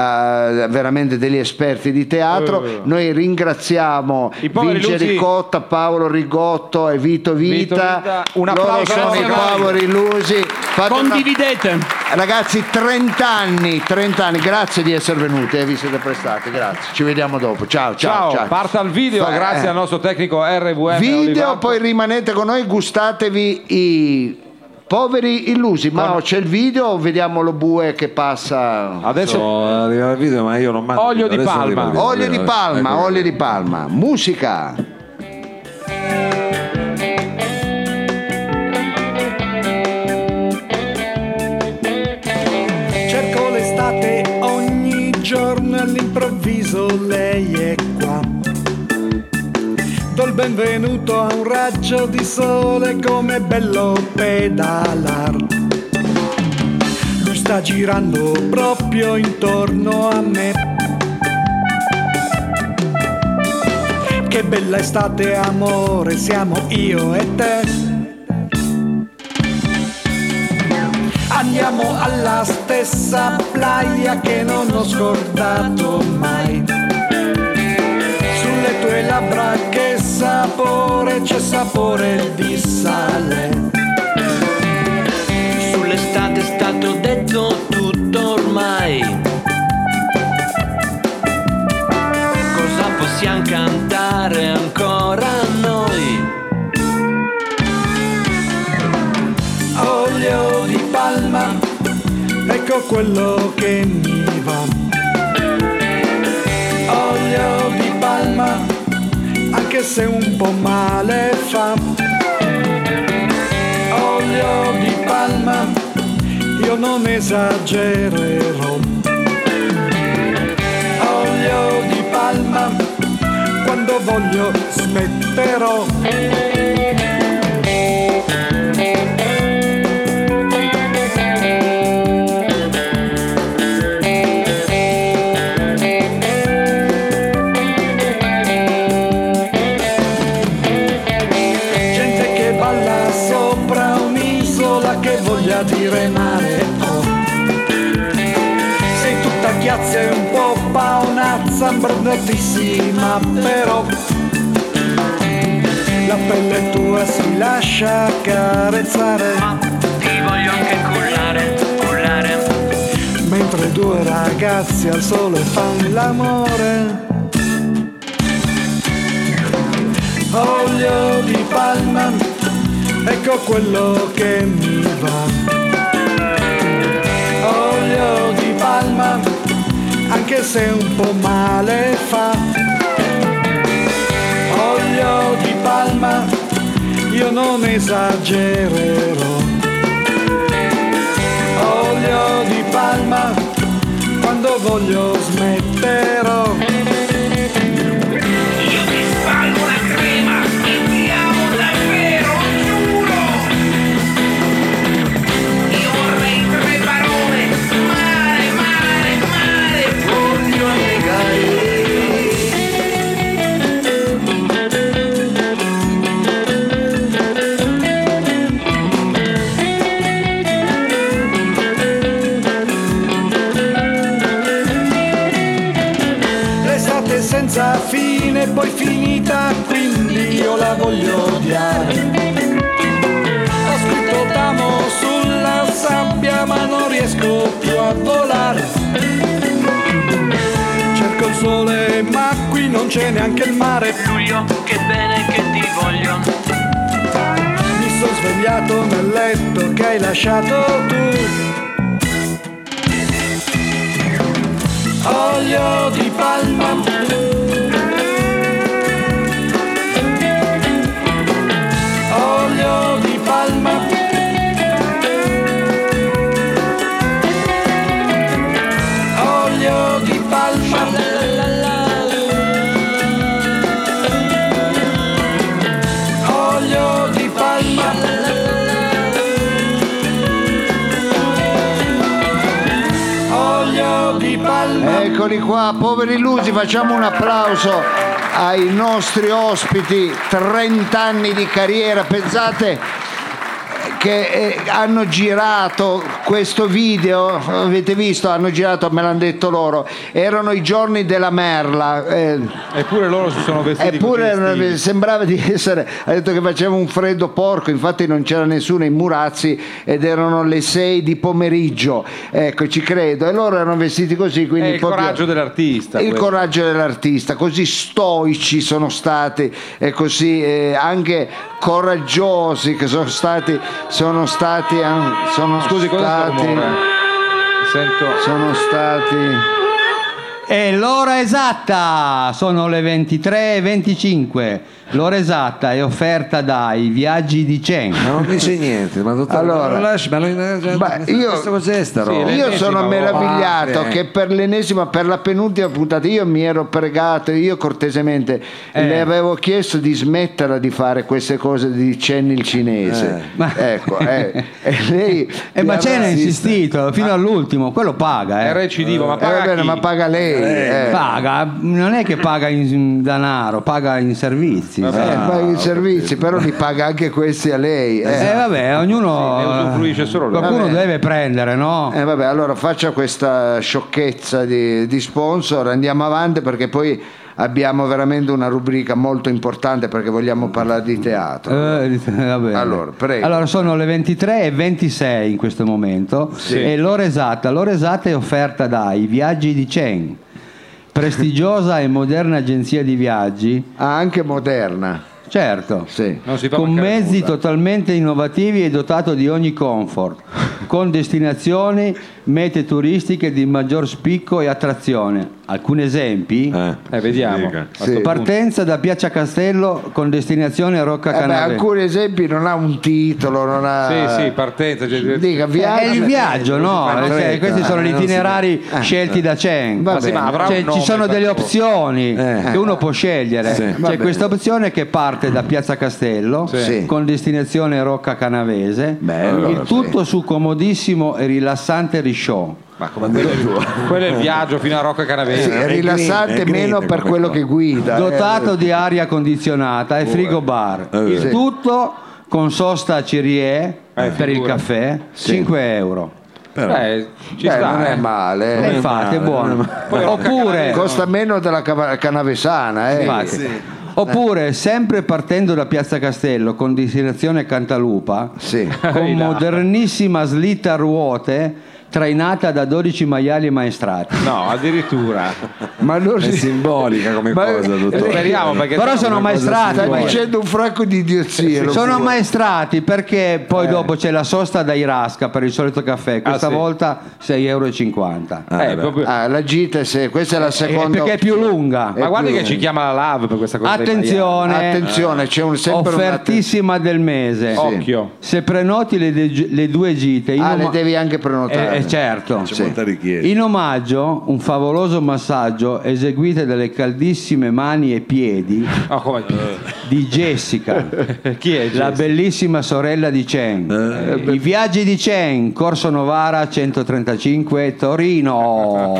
a veramente degli esperti di teatro. Eh. Noi ringraziamo I poveri Vince illusi. Ricotta, Paolo Rigotto e Vito Vita. Vito Vita. Un Loro applauso sono a i voi. poveri illusi. Fate una- Condividete. Ragazzi, trenta anni, trenta anni, grazie di essere venuti, eh, vi siete prestati, grazie. Ci vediamo dopo. Ciao, ciao, Ciao, ciao. parta il video Fa- grazie eh. al nostro tecnico R V M Video, Olivato. poi rimanete con noi, gustatevi i poveri illusi. Ma c'è il video o vediamo lo bue che passa? Adesso Adesso arriva il video, ma io non mando. Olio di adesso palma. arriva il video. Olio di palma, Ecco. olio di palma, musica. Cerco l'estate ogni giorno e all'improvviso lei è qua. Do il benvenuto a un raggio di sole, come bello pedalar. sta girando proprio intorno a me. Che bella estate amore, siamo io e te. Andiamo alla stessa playa che non ho scordato mai. Sulle tue labbra che sapore, c'è sapore di sale. Sull'estate è stato detto tutto ormai. Cosa possiamo cantare ancora noi? Olio di palma, ecco quello che mi va. Olio di palma, anche se un po' male fa. Olio di palma, io non esagererò. Olio di palma, quando voglio smetterò. Dire mare, oh. Sei tutta chiazza e un po' paonazza, imbrondatissima però la pelle tua si lascia carezzare. Ma ti voglio anche cullare, cullare. Mentre due ragazzi al sole fanno l'amore. Olio di palma, ecco quello che mi va. Olio di palma, anche se un po' male fa. Olio di palma, io non esagererò. Olio di palma, quando voglio smetterò. Io ti spalmo la crema, andiamo davvero, giuro. Io vorrei tre parole, mare, mare, mare, voglio annegare. L'estate senza fine, poi finita, quindi io la voglio odiare. Ho scritto t'amo sulla sabbia, ma non riesco più a volare. Cerco il sole, ma qui non c'è neanche il mare. Giulio, che bene che ti voglio. Mi sono svegliato nel letto che hai lasciato tu. Olio di palma, olio di palma, olio di palma, olio di palma, olio di palma. Eccoli qua, poveri illusi, facciamo un applauso ai nostri ospiti, trenta anni di carriera, pensate che eh, hanno girato questo video, avete visto, hanno girato, me l'hanno detto loro, erano i giorni della merla. Eh, Eppure loro si sono vestiti Eppure così estivi. sembrava di essere, ha detto che faceva un freddo porco, infatti non c'era nessuno in Murazzi ed erano le sei di pomeriggio, ecco, ci credo, e loro erano vestiti così, quindi È il proprio- coraggio dell'artista. il questo. coraggio dell'artista, così stoici sono stati e così eh, anche coraggiosi che sono stati, sono stati, an- sono Scusi, cosa sta stati, rumore? Sento. sono stati E l'ora esatta sono le ventitré e venticinque. L'ora esatta è offerta dai Viaggi di Chen. Ma non dice niente, ma dottore, Allora, ma lo lasci, ma lo, ma io, questo cos'è sta roba? io sono meravigliato volta. che per l'ennesima, per la penultima puntata io mi ero pregato, io cortesemente Eh. le avevo chiesto di smetterla di fare queste cose di Chen il cinese. Eh. Ecco, eh, e lei Eh, ma mi Chen ha aveva- insistito fino all'ultimo, quello paga, È eh. recidivo, ma Eh, paga va bene, chi? ma paga lei. eh. Paga, non è che paga in, in denaro, paga in servizi. Eh, Eh, paga i servizi, però li paga anche questi a lei. eh. Eh, vabbè, ognuno ne usufruisce solo lui. qualcuno Vabbè. deve prendere, no? Eh, vabbè, allora faccia questa sciocchezza di, di sponsor, andiamo avanti perché poi abbiamo veramente una rubrica molto importante perché vogliamo parlare di teatro. Eh, va bene. Allora, prego. Allora, sono le ventitré e ventisei in questo momento e l'ora esatta, l'ora esatta è offerta dai Viaggi di Chen, prestigiosa e moderna agenzia di viaggi. Ah, anche moderna. Certo, Sì. Non si fa con mancare mezzi nulla. totalmente innovativi e dotato di ogni comfort, con destinazioni, mete turistiche di maggior spicco e attrazione. Alcuni esempi? Eh, Eh, vediamo. dica. Sì. Partenza da Piazza Castello con destinazione Rocca Eh beh, Canavese. alcuni esempi non ha un titolo, non ha. Sì, sì, partenza. cioè- Dica, È viaggio. il viaggio, no? fa in Cioè, fretta, questi sono eh, gli non si itinerari scelti da Chen. Va Ma sì, bene. ma avrà Cioè, un ci nome sono per delle favore. opzioni Eh. che uno può scegliere. Sì. Va C'è bene. questa opzione che parte da Piazza Castello Sì. con destinazione Rocca Canavese. Bello, il sì. tutto su comodissimo e rilassante risciò. Ma come quello, quello è il viaggio fino a Rocca Canavese. Sì, è rilassante è green, meno è per come quello qua. che guida. Dotato eh. di aria condizionata e frigo bar. Eh, Il sì. tutto con sosta a Cirie Eh, per il figura. caffè, cinque euro. Eh, ci Beh, sta. non è eh. male. E eh. infatti è buono. Poi Rocca Oppure Costa meno della cava- canavesana. Eh. Infatti. Oppure, sempre partendo da Piazza Castello con destinazione Cantalupa, Sì. con modernissima slitta a ruote trainata da dodici maiali maestrati. No, addirittura. Ma non È simbolica come Ma- cosa, dottore. Speriamo perché Però sennò sono una cosa maestrati. Sta ma- dicendo un fracco di idiozie. lo Sono pure. maestrati perché poi dopo c'è la sosta da Irasca per il solito caffè, questa Ah, sì. volta sei euro e cinquanta. Ah, Eh, beh. proprio- Ah, la gita, se questa è la Eh, seconda. perché è più lunga. Ma guardi più- che ci chiama la Lave per questa cosa. dei Attenzione, Attenzione, c'è un sempre una- offertissima del mese. maiali. Occhio. Se prenoti le, de- le due gite in, Ah, le oma- devi anche prenotare. eh, eh, certo. C'è molta richiesta. In omaggio un favoloso massaggio eseguito dalle caldissime mani e piedi Oh, come... di Jessica, Chi è la Jessica? bellissima sorella di Chen. I viaggi di Chen, Corso Novara centotrentacinque Torino.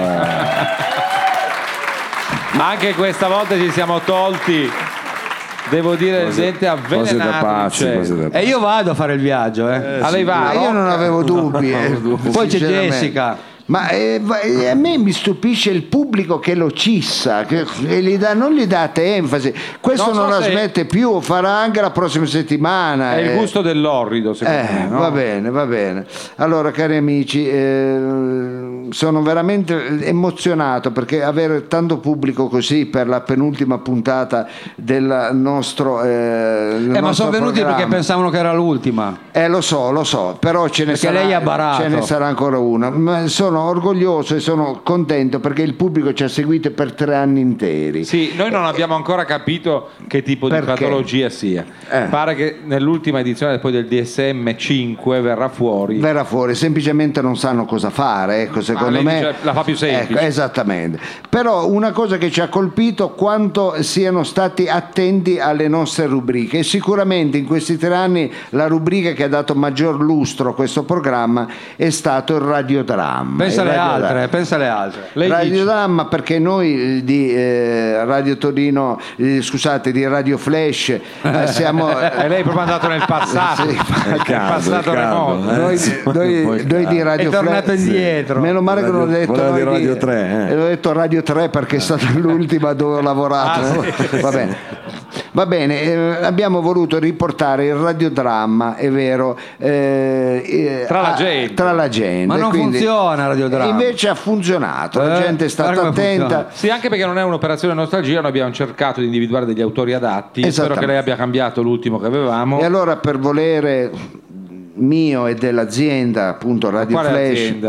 Anche questa volta ci siamo tolti, devo dire, gente avvelenata. Cose da pazzi, di cose da E pazzi. io vado a fare il viaggio, eh. A lei va, Ma io non avevo dubbi. eh, Poi c'è sinceramente. Jessica. Ma eh, va- eh, a me mi stupisce il pubblico che lo cissa, che e gli dà- non gli date enfasi. Questo Non so non la se- smette più, farà anche la prossima settimana. È il eh. gusto dell'orrido, secondo Eh, me. No? va bene, va bene. Allora, cari amici, eh, sono veramente emozionato perché avere tanto pubblico così per la penultima puntata del nostro. Eh, del Eh, ma nostro sono venuti programma. perché pensavano che era l'ultima. Eh, lo so, lo so, però ce ne, Perché sarà, lei ha barato. ce ne sarà ancora una. Ma sono orgoglioso e sono contento perché il pubblico ci ha seguito per tre anni interi. Sì, noi non abbiamo ancora capito che tipo Perché? di patologia sia. Eh. Pare che nell'ultima edizione poi del D S M cinque verrà fuori. Verrà fuori, semplicemente non sanno cosa fare, ecco, secondo lei me dice, la fa più semplice. Ecco, esattamente. Però una cosa che ci ha colpito quanto siano stati attenti alle nostre rubriche e sicuramente in questi tre anni la rubrica che ha dato maggior lustro a questo programma è stato il radiodramma. Pensa Il alle radiodramma. altre, pensa alle altre. Lei dice, Radiodramma perché noi di eh, Radio Torino, eh, scusate, di Radio Flash eh, siamo e lei è proprio andato nel passato, Sì. nel caldo, passato è caldo, remoto. eh. noi, sì. noi- Poi noi di caldo. Radio È tornato Flash- indietro. Meno male che non ho Radio- detto voleva noi dire Radio di- tre, eh. e ho detto Radio tre perché è stata l'ultima dove ho lavorato. Ah, Va bene, Va bene eh, abbiamo voluto riportare il radiodramma, è vero, eh, eh, Tra la a- gente. tra la gente. Ma non Quindi- funziona il radiodramma. Invece ha funzionato, la Eh, gente è stata guarda come attenta. funziona. Sì, anche perché non è un'operazione nostalgia, noi abbiamo cercato di individuare degli autori adatti. Spero Esattamente. che lei abbia cambiato l'ultimo che avevamo. E allora per volere mio e dell'azienda appunto Radio Quale Flash azienda?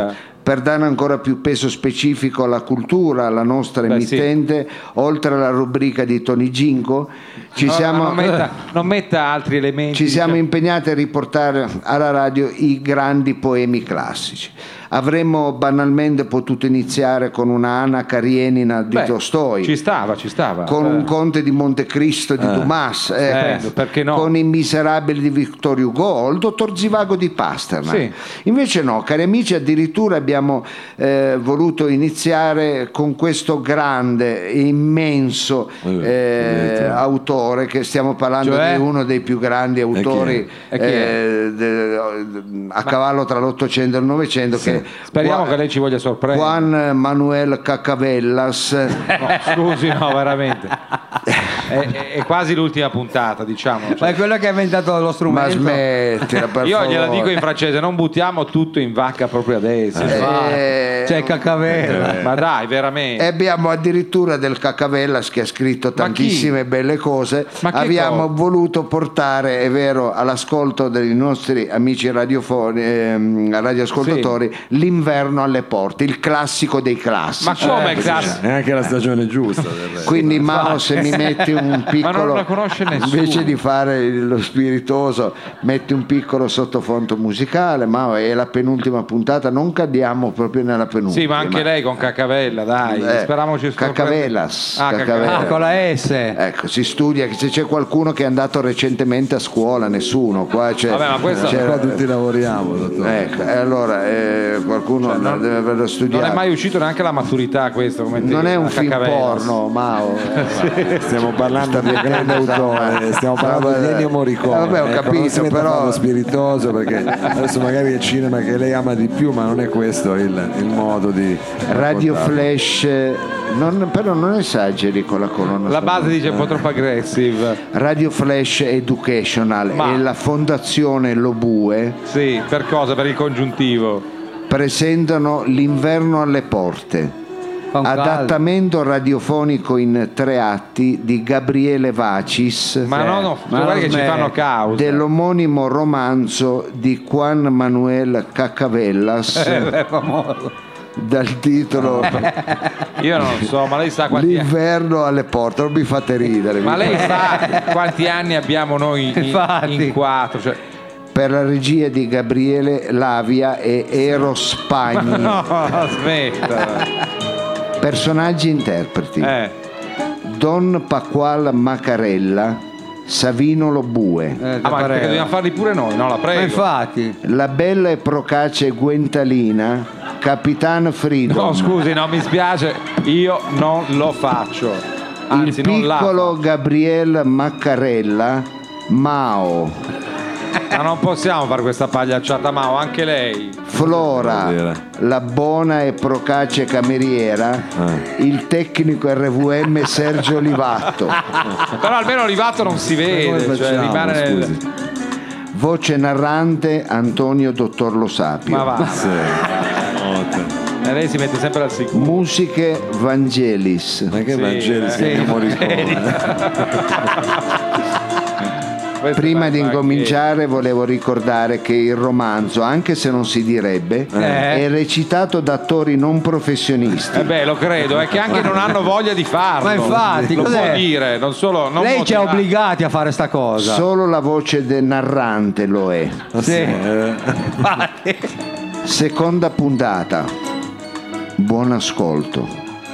per dare ancora più peso specifico alla cultura, alla nostra Beh, emittente, sì. Oltre alla rubrica di Tony Ginko, ci no, siamo, non, metta, non metta altri elementi. Ci siamo diciamo. impegnati a riportare alla radio i grandi poemi classici. Avremmo banalmente potuto iniziare con una Anna Karenina di Beh, Tolstoi, ci stava, ci stava. con eh. un Conte di Montecristo di eh. Dumas, eh, Eh, perché no? con I Miserabili di Victor Hugo, il Dottor Zivago di Pasternak. Sì. Invece no, cari amici, addirittura abbiamo eh, voluto iniziare con questo grande e immenso eh, autore, che stiamo parlando Cioè? di uno dei più grandi autori E chi è? eh, de- a cavallo tra l'Ottocento e il Novecento, Sì. che Speriamo Juan- che lei ci voglia sorprendere. Juan Manuel Cacavellas. No, scusi, no, veramente. È, è- è quasi l'ultima puntata, diciamo. Ma è quello che ha inventato lo Ma strumento. smettila, per Io favore. gliela dico in francese, non buttiamo tutto in vacca proprio adesso. Eh, C'è il Cacavella. Ma dai, veramente. E abbiamo addirittura del Cacavellas che ha scritto tantissime belle cose. Ma che Abbiamo cosa? voluto portare, è vero, all'ascolto dei nostri amici radiofoni, ehm, radioascoltatori, L'inverno alle porte, il classico dei classici. Ma come classico? È anche la stagione giusta. del resto. Quindi Mao, se mi metti un piccolo, Ma non la conosce nessuno. invece di fare lo spiritoso, metti un piccolo sottofondo musicale. Mao, è la penultima puntata, non cadiamo proprio nella penultima. Sì, ma anche lei con Cacavella, dai. Eh, Speriamo ci sorprenda. Cacavellas, Ah, Cacavellas. Ah, con la S. Ecco, si studia, che se c'è qualcuno che è andato recentemente a scuola, nessuno. Qua c'è, Vabbè, ma questo- c'è- Qua tutti lavoriamo, dottore. ecco, e allora eh, qualcuno Cioè, non- deve averlo studiato. Non è mai uscito neanche la maturità questo. Come Non te, è un la film Cacavella. porno, Mao. Stiamo parlando di grande autore, stiamo parlando Vabbè, di Ennio Morricone. eh, vabbè, ho ecco, capito, non si metta a però- farlo spiritoso, perché adesso magari è il cinema che lei ama di più, ma non è questo il, il modo di Radio raccontarlo. Flash, non- però non esageri con la colonna La sonora. base dice un po' troppo aggressive. Radio Flash Educational Ma- e la Fondazione Lobue Sì, per cosa? Per il congiuntivo. presentano L'inverno alle porte, Fa un caldo. adattamento radiofonico in tre atti di Gabriele Vacis, Ma no, no, Ma guarda non che ci smetti. fanno causa. dell'omonimo romanzo di Juan Manuel Cacavellas, È famoso. dal titolo Io non so, ma lei sa quanti anni. L'inverno alle porte. Non mi fate ridere. Ma mi lei fate- sa quanti anni abbiamo noi in, Infatti. in quattro? Cioè, per la regia di Gabriele Lavia e Ero Spagni. no, aspetta. Personaggi interpreti: Eh, Don Pasquale Macarella, Savino Lobue, Eh, ah, ma pareva. perché dobbiamo farli pure noi, no? La Ma prego. infatti. la bella e procace Guentalina, Capitan Freedom, No, scusi, no, mi spiace, io non lo faccio. Anzi, il non la piccolo faccio. Gabriele Maccarella, Mao, Ma non possiamo fare questa pagliacciata, Mao, anche lei. Flora, Vuol dire? la buona e procace cameriera, il tecnico R V M Sergio Livatto, Però almeno Olivato non si Come vede, cioè facciamo, rimane nel... scusi? voce narrante Antonio Dottor Lo Sapio, Ma va, Sì. Ottimo. e lei si mette sempre al sicuro. musiche Vangelis, Ma che Sì, Vangeli eh. si Ennio Morricone? Questo Prima è di anche- incominciare volevo ricordare che il romanzo, anche se non si direbbe, Eh. è recitato da attori non professionisti. Eh beh, lo credo, è che anche non hanno voglia di farlo. Ma infatti, lo cos'è? può dire, non solo... Non Lei ci ha motivare. obbligati a fare sta cosa. Solo la voce del narrante lo è. Sì. Eh, Infatti. Seconda puntata. Buon ascolto.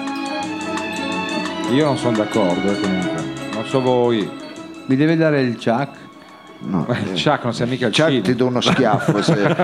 Io non sono d'accordo, eh, comunque. Non so voi. Mi deve dare il Chuck? No. Il Chuck non sia mica il Ciao, ti cinema. do uno schiaffo. se-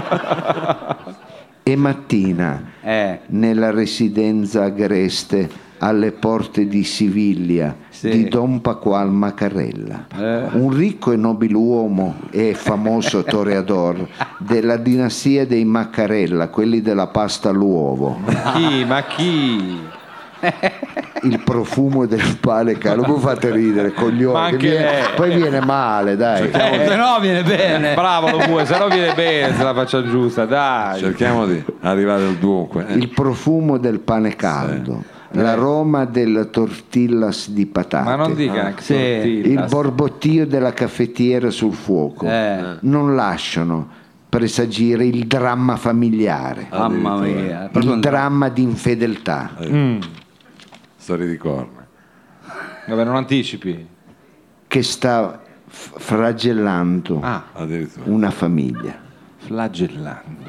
E mattina, Eh. nella residenza agreste alle porte di Siviglia, Sì. di Don Pasquale Macarella, Eh. un ricco e nobiluomo e famoso toreador della dinastia dei Maccarella, quelli della pasta all'uovo, Chi? Ma chi? il profumo del pane caldo. Voi fate ridere, coglioni, Ma che anche viene- lei. poi viene male, dai. Eh, se no viene bene. Bravo lo vuoi, se no viene bene se la faccia giusta, dai. cerchiamo di arrivare al dunque. eh. Il profumo del pane caldo, l'aroma della tortillas di patate, Ma non dica anche Sì. tortilla. il borbottio della caffettiera sul fuoco Eh. non lasciano presagire il dramma familiare, Mamma mia, il dramma di infedeltà. Mm. Storie di corna. Vabbè, non anticipi. Che sta f- flagellando Ah, addirittura. una famiglia. Flagellando.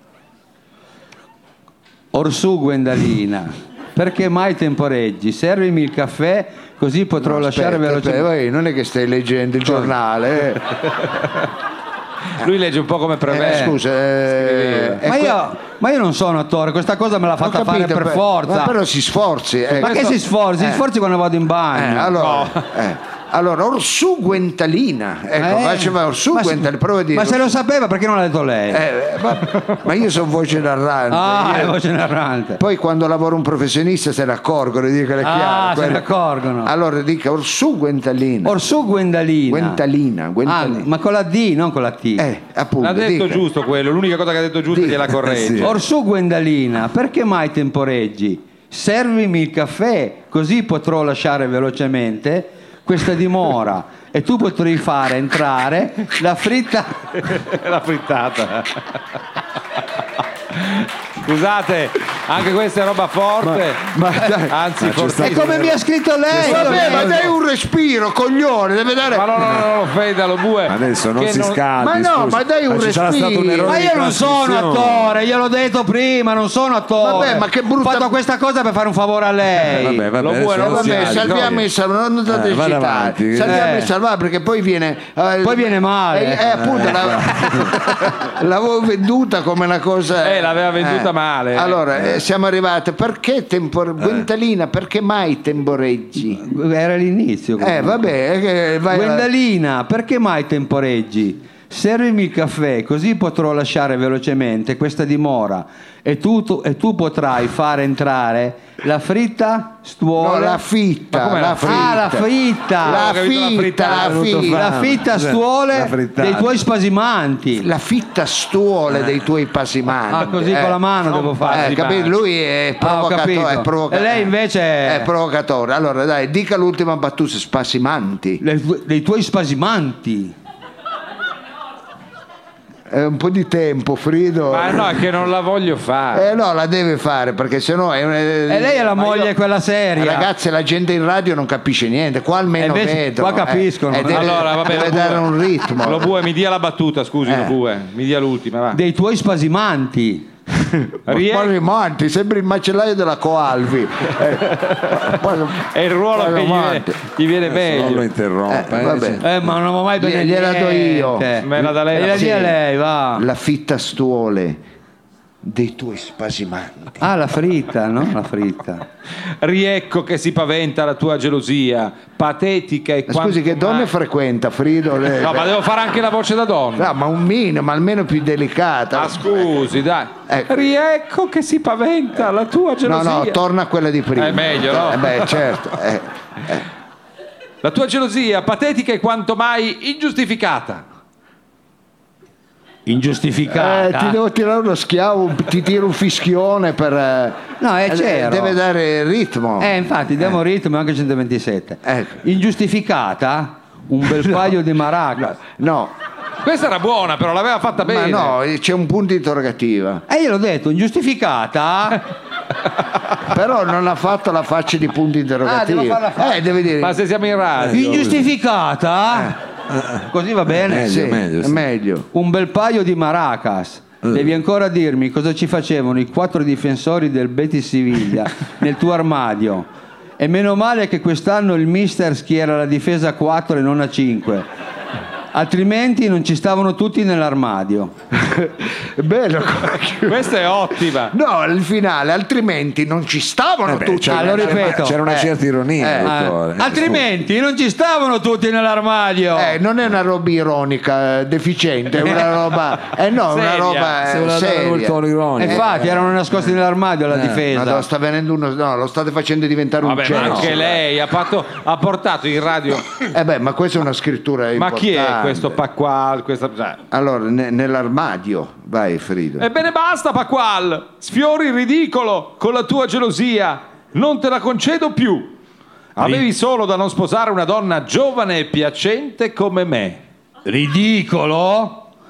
Orsù Gwendalina, perché mai temporeggi? Servimi il caffè così potrò No, lasciare aspetta, velocemente. aspetta, non è che stai leggendo il giornale. eh. Lui legge un po' come Eh, prevede. scusa, eh, Ma è que- io, ma io non sono attore, questa cosa me l'ha Ho fatta fare capito, per per- forza. ma però si sforzi. eh. Ma che Questo- si sforzi? eh. Si sforzi quando vado in Eh, bagno. allora, eh, allora, Orsù Guentalina, ecco, Eh. faceva Orsù Ma se- Guentalina, prova a dire. Ma se lo sapeva perché non l'ha detto lei? Eh, ma, ma io sono voce narrante. ah, è io- voce narrante. Poi quando lavora un professionista se ne accorgono, dico che è Ah, chiaro. se quello- ne accorgono. Allora dica Orsù Guentalina. Orsù Gwendalina. Guentalina, Ah, Guentalina. ma con la D, non con la T. Eh, appunto. L'ha detto dica. giusto quello, l'unica cosa che ha detto giusto è che la corregge. Orsù Gwendalina, perché mai temporeggi? Servimi il caffè, così potrò lasciare velocemente questa dimora e tu potrai fare entrare la fritta. La frittata. Scusate, anche questa è roba forte. Ma dai, Anzi, c'è fortissima. È come mi ha scritto lei. vabbè, ma io- dai un respiro, coglione, deve dare. Ma no, no, no, no, Feda, lo bue. Adesso non che si scaldi. Ma no, scusa. ma dai un ci sarà stato un respiro. errore Ma di io non sono trascrizione. attore, gliel'ho detto prima, non sono attore. Vabbè, ma che brutta- Ho fatto questa cosa per fare un favore a lei. Vabbè, vabbè, Lo adesso vuoi, non lo si Vabbè, alzi, salviamo no? il salvare, non state Eh, vada eccitati. avanti. Salviamo Eh. il salvare perché poi viene. eh, Poi viene male. Eh, eh, appunto, la- l'avevo venduta come una cosa. Eh, l'aveva venduta male. Allora, eh, siamo arrivati. Perché tempor- Guentalina, perché mai temporeggi? Era l'inizio. Eh, vabbè, eh, che vai Gwendalina, perché mai temporeggi? Servimi il caffè, così potrò lasciare velocemente questa dimora e tu, tu- e tu potrai fare entrare la fritta stuola. No, la fitta, Ma com'è la la fritta. Ah, la fritta. La Ho capito, la fitta, frittata, la venuto fitta. La fitta La stuole frittata. dei tuoi spasimanti. La fitta stuole dei tuoi pasimanti. Ah, così con la mano devo fare. Eh, capito? Lui è Ah, ho provocatore, capito. è provoca- E lei invece è- è provocatore. Allora, dai, dica l'ultima battuta, spasimanti. Le- dei tuoi spasimanti. È un po' di tempo, Frido. Ma no, è che non la voglio fare. Eh no, la deve fare perché sennò è una... E lei è la moglie quella seria. Ragazzi, la gente in radio non capisce niente, qua almeno E invece vedono. qua capiscono. eh, e deve, Allora, vabbè, deve lo dare bue. un ritmo. Lo bue, mi dia la battuta, scusi, Eh. lo bue. Mi dia l'ultima, va. Dei tuoi spasimanti. Rie- Spasimanti, sembri il macellaio della Coalvi. Eh, poi- È il ruolo che gli viene, Spasimanti. gli viene Non lo meglio. interrompa. Eh, eh, vabbè. Eh, ma non ho mai bene Gliela do io. niente. Me la da lei la Gliela dia sì. lei, va. La fitta stuole dei tuoi spasimanti. Ah, la fritta, no? La fritta. Riecco che si paventa la tua gelosia, patetica e Ma scusi, che quanto donne mai- frequenta, Frido? Lei? No, ma devo fare anche la voce da donna. No, ma un minimo, almeno più delicata. Ma scusi, dai. Ecco. Riecco che si paventa la tua No, gelosia. no, torna a quella di prima. È meglio, no? Eh beh, certo. eh. La tua gelosia, patetica e quanto mai ingiustificata. Ingiustificata. Eh, ti devo tirare uno schiavo, ti tiro un fischione per... eh, No, è eh, c'ero. Deve dare ritmo. Eh, infatti, diamo ritmo anche centoventisette. Ecco. Ingiustificata? Un bel paio di maracas. No, Questa era buona, però l'aveva fatta ma bene. no, c'è un punto interrogativo. E io l'ho detto, ingiustificata? Però non ha fatto la faccia di punto interrogativo. Ah, devo farla fare. Eh, deve dire... Ma se siamo in radio. Ingiustificata? Così va bene? Meglio, Sì, meglio, è sì. meglio. Un bel paio di maracas. Devi ancora dirmi cosa ci facevano i quattro difensori del Betis Siviglia nel tuo armadio. E meno male che quest'anno il mister schiera la difesa a quattro e non a cinque. Altrimenti non ci stavano tutti nell'armadio. Bello. Questa è ottima. No, il finale, altrimenti non ci stavano Eh beh, tutti. c'era, Ah, lo ripeto. c'era una Eh, certa ironia, eh, dottore. Altrimenti non ci stavano tutti nell'armadio. Eh, non è una roba ironica, eh, deficiente, è una roba... Eh no, è una Seria. roba Se eh, voleva dare seria. il tono E ironico. infatti erano nascosti nell'armadio alla difesa. Ma no, sta venendo uno... No, lo state facendo diventare un Vabbè, ma cesso. anche lei ha, fatto- ha portato in radio. Eh beh, ma questa è una scrittura Ma importante. chi è questo Pacqual? Questa... cioè. Allora, ne- nell'armadio, vai Frido. Ebbene basta, Pacqual. Sfiori il ridicolo con la tua gelosia. Non te la concedo più. Avevi solo da non sposare una donna giovane e piacente come me. Ridicolo?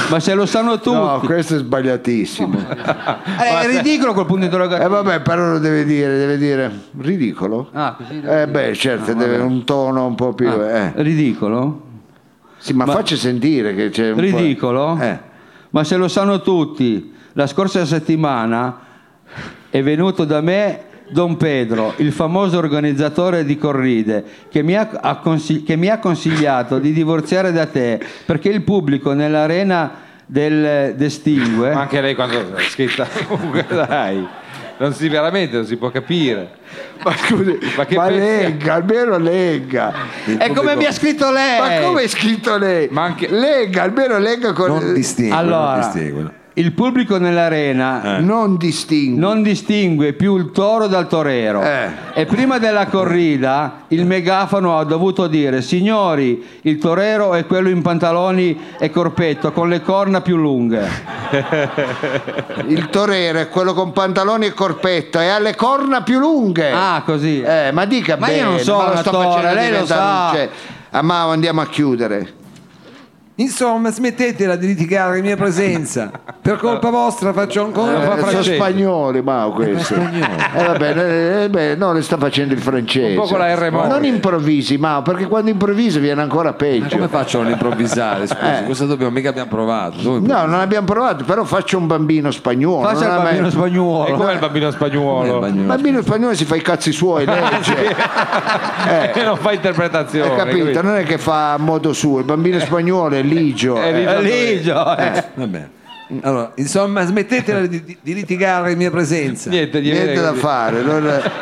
Ma se lo sanno tutti. No, questo è sbagliatissimo. È ridicolo quel punto interrogativo. Eh vabbè, però lo deve dire, deve dire ridicolo. Ah, così Eh beh, certo, Ah, deve vabbè. un tono un po' più. Ah, eh. Ridicolo? Sì, ma, Ma- faccia sentire che c'è un Ridicolo? po'. Eh. Ma se lo sanno tutti, la scorsa settimana è venuto da me Don Pedro, il famoso organizzatore di corride, che mi ha, ha consigli- che mi ha consigliato di divorziare da te perché il pubblico nell'arena del Distingue. Ma anche lei quando è scritta comunque dai, non si veramente non si può capire. Ma scusi, Ma che ma pensa- legga, almeno legga. È come mi ha scritto lei. Ma come è scritto lei? Ma anche- Legga, almeno legga con... Non distingue, non Allora, distingue. il pubblico nell'arena Non distingue. non distingue più il toro dal torero. Eh. E prima della corrida il megafono ha dovuto dire: signori, il torero è quello in pantaloni e corpetto con le corna più lunghe. Il torero è quello con pantaloni e corpetto e ha le corna più lunghe. Ah, così. Eh, ma dica Ma bene. io non sono ma lo un sto attore, facendo lei lo diventare sa. un ce- Ah, ma andiamo a chiudere. Insomma, smettetela di litigare in mia presenza. Per colpa vostra faccio ancora. Eh, sono francese. spagnoli, ma questo. Eh, vabbè, eh, eh, beh, no, le sta facendo il francese. Un po' con la R Ma morte. non improvvisi, ma perché quando improvvisi viene ancora Ma peggio. come faccio a non improvvisare? Scusi, Eh. cosa dobbiamo? Mica abbiamo provato. Dove No, non abbiamo provato, però faccio un bambino spagnolo. Faccia non il ha mai- bambino E spagnolo. com'è il bambino spagnolo? Il bambino spagnolo si fa i cazzi suoi, legge. E non fa interpretazione. Hai capito? capito? Non è che fa a modo suo, il bambino spagnolo è ligio. È eh. ligio. È ligio, eh. Vabbè. Allora, insomma, smettetela di, di- di litigare in mia presenza. Niente, di Niente da fare, non-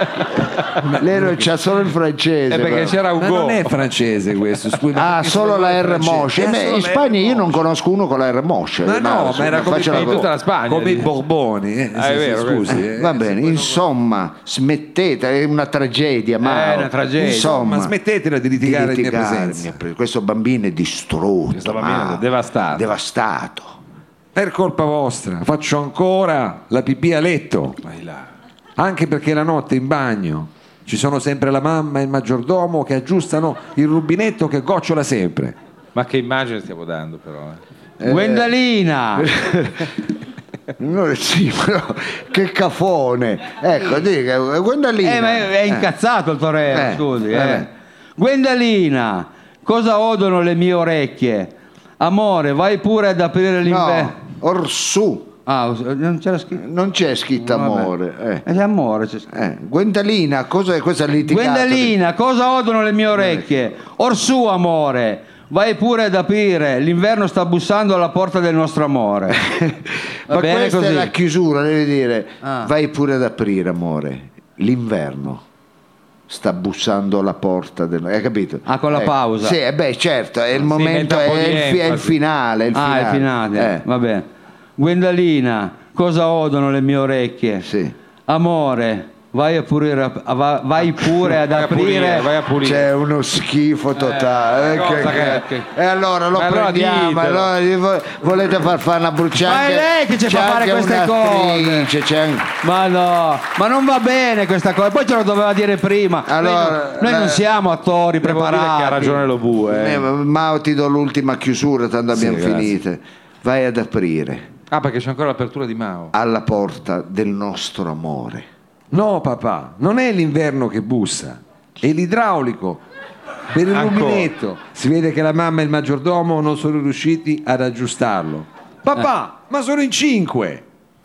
lei non c'ha solo il francese. È perché però. c'era Ma Ugo. non è francese questo, scusi. ma Ah, perché solo se la non è R francese? moscia. Eh, Eh, solo in la Spagna R io non moscia. conosco uno con la R moscia. Ma no, ma era come, faccia la in tutta la Spagna, come i dico. Borboni. Eh, Ah, sì, è sì, vero, scusi. questo. eh. Va bene, insomma, smettete, è una tragedia, ma È una tragedia. Insomma, Ma smettetela di litigare in mia litigare in presenza. mia pre- questo bambino è distrutto, Questo bambino ma- è devastato. devastato. Per colpa vostra faccio ancora la pipì a letto. Anche perché la notte in bagno ci sono sempre la mamma e il maggiordomo che aggiustano il rubinetto che gocciola sempre. Ma che immagine stiamo dando però? eh? Gwendalina. No, sì, però, che cafone. Ecco, dica, Gwendalina. Eh, ma è, è incazzato il torero, Eh, scusi. eh. vabbè. Gwendalina, cosa odono le mie orecchie? Amore, vai pure ad aprire l'inverno. No, Orsù. Ah, non c'era scritto. Non c'è scritto Vabbè. amore. Eh. Eh, amore c'è scritto. Eh, Gwendalina, cosa è questa litigata? Gwendalina, cosa odono le mie orecchie? Orsù, amore, vai pure ad aprire. L'inverno sta bussando alla porta del nostro amore. Va Ma bene questa così. è la chiusura, devi dire. Ah. Vai pure ad aprire, amore. L'inverno sta bussando alla porta del... Hai capito? Ah, con la Eh, pausa. Sì, eh, beh, certo, è il Sì, momento, mette un po' è di il, fi- è il enfasi. finale. È il Ah, finale. il finale. Eh, Va bene. Gwendalina, cosa odono le mie orecchie? sì. Amore, vai, a pure, a- va- vai pure ad Vai a pulire, aprire. vai a pulire. C'è uno schifo totale. eh, cosa che- che- che- E allora lo Ma allora prendiamo. ditelo. Allora gli vo- volete far fare una bruciata? Ma è lei che ci c'è fa fare anche queste un'attrice, c'è anche- Ma no, ma non va bene questa cosa. Poi ce lo doveva dire prima. Allora, noi non, noi la- non siamo attori Devo dire preparati. che ha ragione lo bue. Eh, Mao, ti do l'ultima chiusura, tanto abbiamo grazie. finito. Vai ad aprire Ah, perché c'è ancora l'apertura di Mao. alla porta del nostro amore. No, papà, non è l'inverno che bussa, è l'idraulico. Per il Ancora. rubinetto si vede che la mamma e il maggiordomo non sono riusciti ad aggiustarlo. Papà, ma sono in cinque.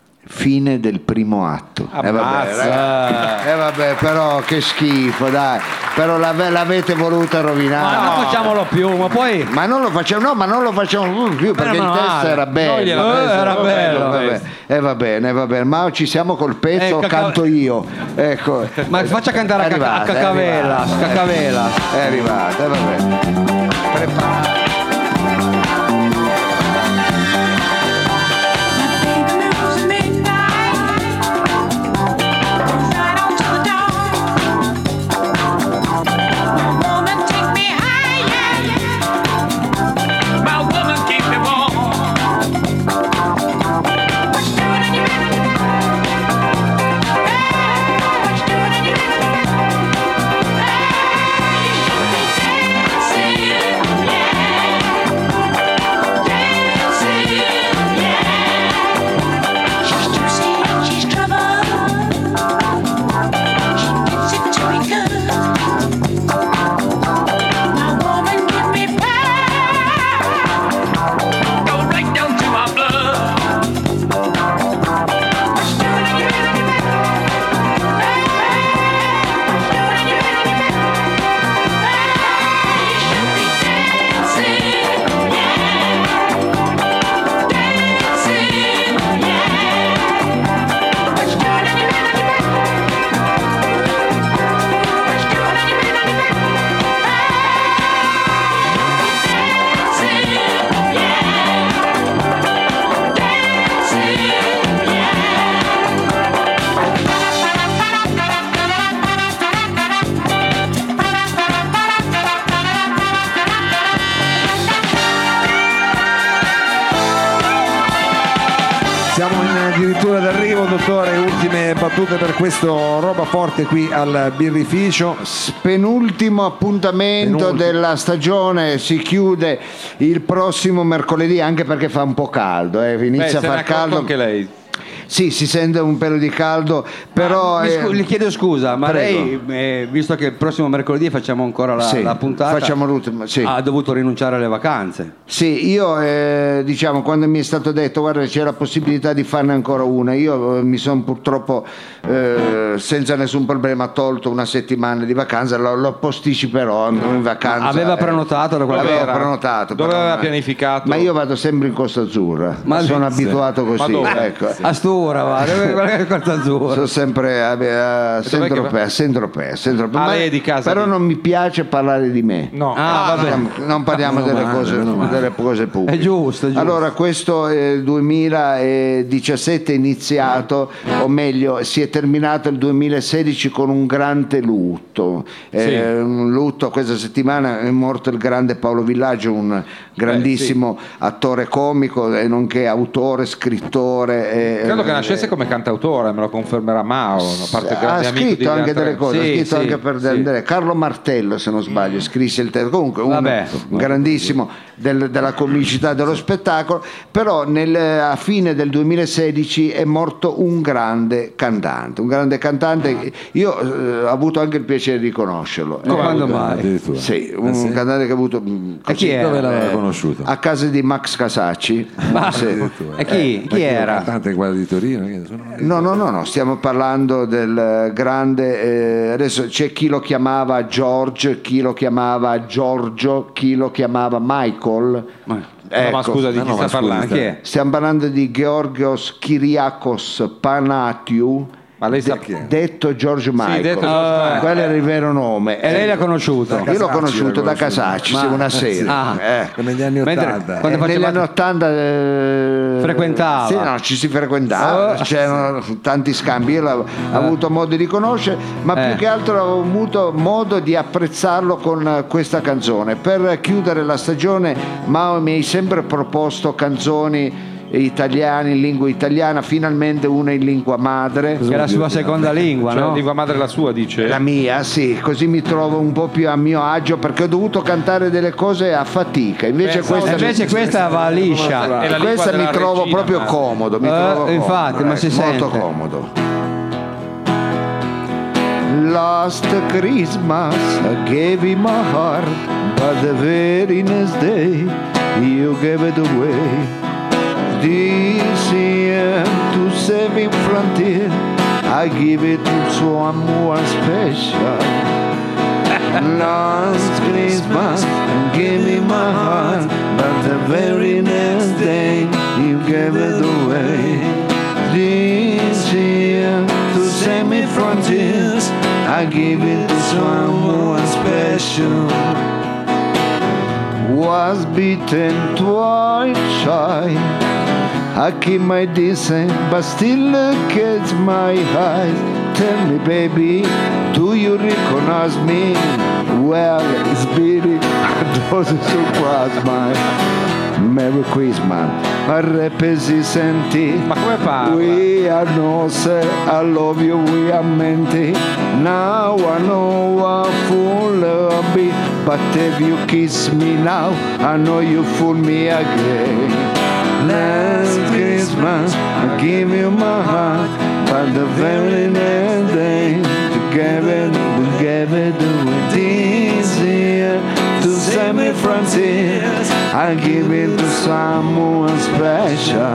Fine del primo atto. Eh vabbè, Ammazza. ragazzi. Eh vabbè, però che schifo, dai. Però l'ave- l'avete voluta rovinare. Ma non facciamolo più, ma poi. Ma non lo facciamo, no, ma non lo facciamo più perché il meno testo male. era Noi bello. gliela Eh, preso, era bello, bello, Vabbè. E va bene, va bene. Ma ci siamo col pezzo, Eh, caca- canto io. Ecco. Ma faccia cantare a È Caca- arrivata, è Cacavella, arrivata. Cacavella. È arrivata, eh, va bene. Prepara. Yeah. Prego dottore, ultime battute per questo Roba Forte qui al birrificio. Penultimo appuntamento Penultimo. della stagione, si chiude il prossimo mercoledì, anche perché fa un po' caldo, eh. inizia Beh, a far caldo anche lei. Sì, si sente un pelo di caldo, però Mi scu- eh, gli chiedo scusa, ma prego. lei, eh, visto che il prossimo mercoledì facciamo ancora la, Sì, la puntata, facciamo l'ultima, sì. ha dovuto rinunciare alle vacanze. Sì, io eh, diciamo quando mi è stato detto guarda c'è la possibilità di farne ancora una, io eh, mi sono purtroppo eh, senza nessun problema tolto una settimana di vacanza, lo, lo posticiperò, andrò in vacanza. Aveva eh. prenotato da qualche Avevo era? prenotato. Dove però, aveva eh, pianificato? Ma io vado sempre in Costa Azzurra, Ma sono sì. abituato Ma così. dove? Ecco. Astura, va, dove qualche cosa azzurra. Sono sempre a, a, a Saint-Tropez, a Saint-Tropez, a Saint-Tropez. Ah, Ma- lei è di casa però di- non mi piace parlare di me. No. Ah, vabbè. Non, non parliamo Meno delle, male, cose, meno male. delle cose pubbliche. È giusto, è giusto. Allora, questo eh, duemiladiciassette è iniziato, o meglio, si è terminato il duemilasedici con un grande lutto. Eh, Sì. Un lutto, questa settimana è morto il grande Paolo Villaggio, un grandissimo attore comico e nonché autore, scrittore. eh, Credo che nascesse come cantautore, me lo confermerà Mao, a parte ha grande amico di scritto anche Andrea. delle cose, Sì, ha scritto sì, anche per sì. Andrea. Carlo Martello, se non sbaglio, scrisse il testo. Comunque, un, Vabbè. un grandissimo del- della comicità dello spettacolo. Però nel- a fine del duemilasedici è morto un grande cantante. Un grande cantante, io eh, ho avuto anche il piacere di conoscerlo. Come Eh, quando mai? Addirittura. Sì, un Ah, sì? cantante che ha avuto. mh, E chi così, era? Dove l'aveva eh, conosciuto? A casa di Max Casacci. Sì. Addirittura. E chi, Ma chi è un era? cantante qua di Torino? Che sono- No, no, no, no, stiamo parlando del grande, eh, adesso c'è chi lo chiamava George, chi lo chiamava Giorgio, chi lo chiamava Michael. Ma- No, ma Ecco, scusa, di Ma chi no, sta ma scusa, parlando? Chi è? stiamo parlando di Georgios Kyriakos Panatiu, Ma lei sa chi è? detto George Michael. detto George Michael. Quello era il vero nome. E lei l'ha conosciuto? Io l'ho conosciuto da Casacci, Casacci, Ma- sì, una sera. Ah. Eh. Negli anni Mentre- Ottanta. quando Eh, negli facevate- anni ottanta eh, Frequentava. sì, no, ci si frequentava, Oh. c'erano tanti scambi, io l'ho avuto modo di conoscere, ma Eh. più che altro ho avuto modo di apprezzarlo con eh, questa canzone. Per chiudere la stagione Mao mi hai sempre proposto canzoni italiane in lingua italiana, finalmente una in lingua madre. Che è la sua seconda lingua, Cioè, no? lingua madre la sua, dice. La mia, sì, così mi trovo un po' più a mio agio perché ho dovuto cantare delle cose a fatica. Invece Pensavo- questa, E invece questa va liscia. È la lingua questa mi della trovo regina, proprio ma- comodo. Mi Eh, trovo infatti, comodo, ma si ecco, molto sente. comodo. Last Christmas I gave you my heart, but the very next day you gave it away. This year to save me from tear, I give it to someone special. Last Christmas you gave me my heart, but the very next day you gave it away. This year to save me from tears, I give it to someone special. Was beaten twice shy, I keep my distance, but still look at my eyes. Tell me, baby, do you recognize me? Well, it's really doesn't surprise my Merry Christmas. A rap si senti. Ma come parla? We are no say I love you, we are menti. Now I know I fool of me, but if you kiss me now, I know you fool me again. Last Christmas I give you my heart, but the very next day you gave it, you gave it away. This year to save me from tears, I give it to someone special.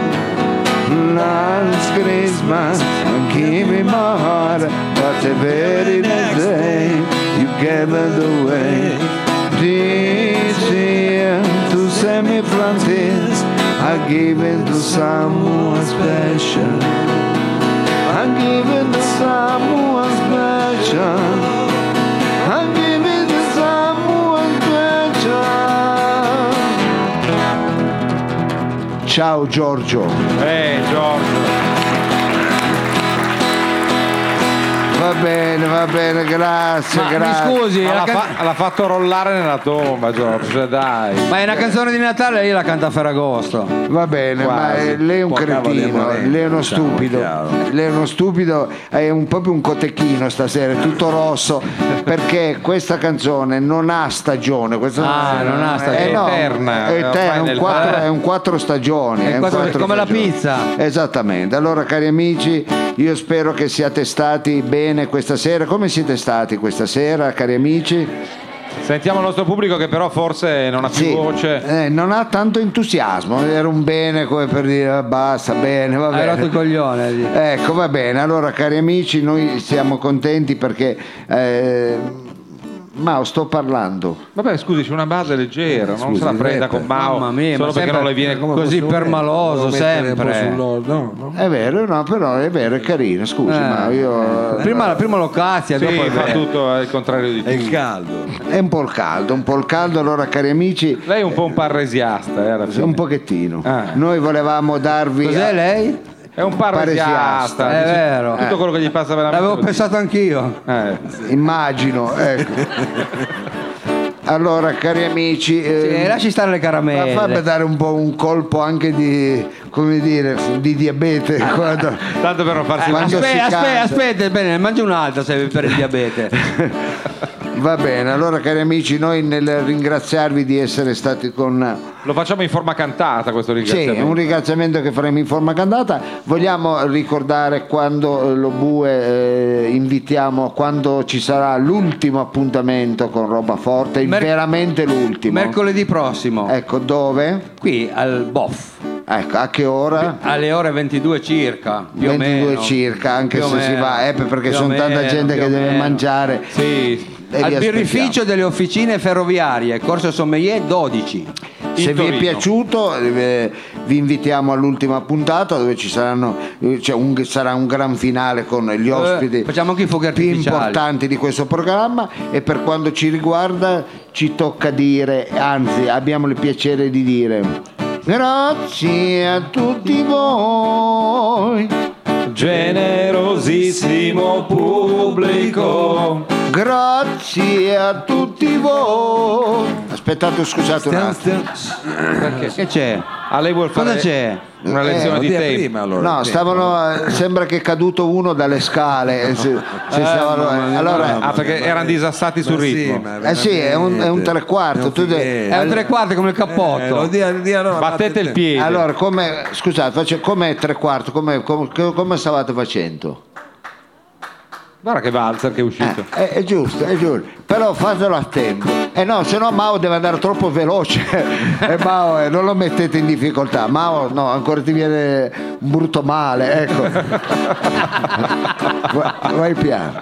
Last Christmas I give you my heart, but the very next day you gave it away. This year to save me from tears, I give it to someone special. I give it to someone special. I give it to someone special. Ciao Giorgio. Eh, Giorgio. Va bene, va bene, grazie, Ma mi grazie. scusi, Ma la l'ha, can- fa- l'ha fatto rollare nella tomba, Giorgio, cioè, dai. ma è una canzone di Natale, lei la canta a Ferragosto. Va bene, Quasi. ma eh, lei è un Un po' cavolo di cretino, Moreno, lei è uno diciamo, stupido, chiaro. lei è uno stupido, è un, proprio un cotechino stasera, è tutto rosso, perché questa canzone non ha stagione. Questa Ah, non ha stagione. eh, no, È eterna, è, eterna, ormai è un nel- quattro, è un quattro stagioni. È un quattro- quattro come la stagioni. pizza. Esattamente, allora cari amici, io spero che siate stati bene questa sera. Come siete stati questa sera, cari amici? Sentiamo il nostro pubblico che però forse non ha più Sì, voce. eh, non ha tanto entusiasmo, era un bene come per dire "Ah, basta, bene, va Hai rotto bene. il coglione. di- Ecco, va bene, allora cari amici, noi siamo contenti perché... Eh, Mao, sto parlando. Vabbè, scusi, c'è una base leggera, non Scusi, se la prenda Beppe. con Mao. Mamma mia, solo ma perché sempre non le viene Come così posso permaloso, devo mettere un po' sempre. sullo- no, no. È vero, no, però è vero, è carino, scusi, Eh. ma io... Prima, prima lo cazia, Sì, dopo fa tutto al contrario di È il tutto. caldo. È un po' il caldo, un po' il caldo, allora cari amici, Lei è un po' un parresiasta, eh, alla fine. un pochettino. Ah. Noi volevamo darvi... Cos'è lei? È un paresiasta. È dice vero. Tutto quello che gli passa veramente. L'avevo così. pensato anch'io. Eh. Immagino, ecco. Allora, cari amici, Sì, eh, lasci stare le ma fammi caramelle. dare un po' un colpo anche di, come dire, di diabete. quando- Tanto per non farsi Quando si Aspetta, aspetta, canta. aspetta, bene, mangi un'altra se per il diabete. Va bene, allora cari amici, noi nel ringraziarvi di essere stati con... Lo facciamo in forma cantata questo Sì, ringraziamento. un ringraziamento che faremo in forma cantata. Vogliamo ricordare quando eh, lo Bue eh, invitiamo, quando ci sarà l'ultimo appuntamento con Roba Forte, il- Mer- veramente l'ultimo. Mercoledì prossimo, Ecco, dove? qui al Boff, Ecco, a che ora? alle ore ventidue circa, più o ventidue meno. circa, anche Più o se si meno. va, eh, perché Più o sono tanta meno, gente più che o deve meno. mangiare. Sì. E Al vi birrificio aspettiamo. delle officine ferroviarie, Corso Sommelier dodici. Se in vi è Torino. piaciuto, eh, vi invitiamo all'ultima puntata dove ci saranno, eh, cioè un, sarà un gran finale con gli ospiti facciamo anche i fuochi più artificiali. importanti di questo programma, e per quanto ci riguarda ci tocca dire, anzi abbiamo il piacere di dire grazie a tutti voi, Generosissimo pubblico. grazie a tutti voi. Aspettate, scusate un attimo. Perché? Che c'è? A lei vuol fare Cosa c'è? una lezione Eh, di Via tempo? prima, allora. No, stavano, eh, sembra che è caduto uno dalle scale. eh, si- si stavano- eh, allora, Ah, perché erano disassati sul Ma sì, ritmo. ma eh sì, è un, è un veramente. tre quarti. È un tu de- fighetto. È un tre quarti come il Eh, lo cappotto. dia- dia- no, Battete il piede. allora, come, scusate, faccio, come tre quarti? Come, come, come stavate facendo? Guarda che valzer che è uscito. Eh, è, è giusto, è giusto, però fatelo a tempo. Eh no, se no Mao deve andare troppo veloce. E Mao, eh, non lo mettete in difficoltà. Mao, no, ancora ti viene un brutto male, ecco. Va- vai piano.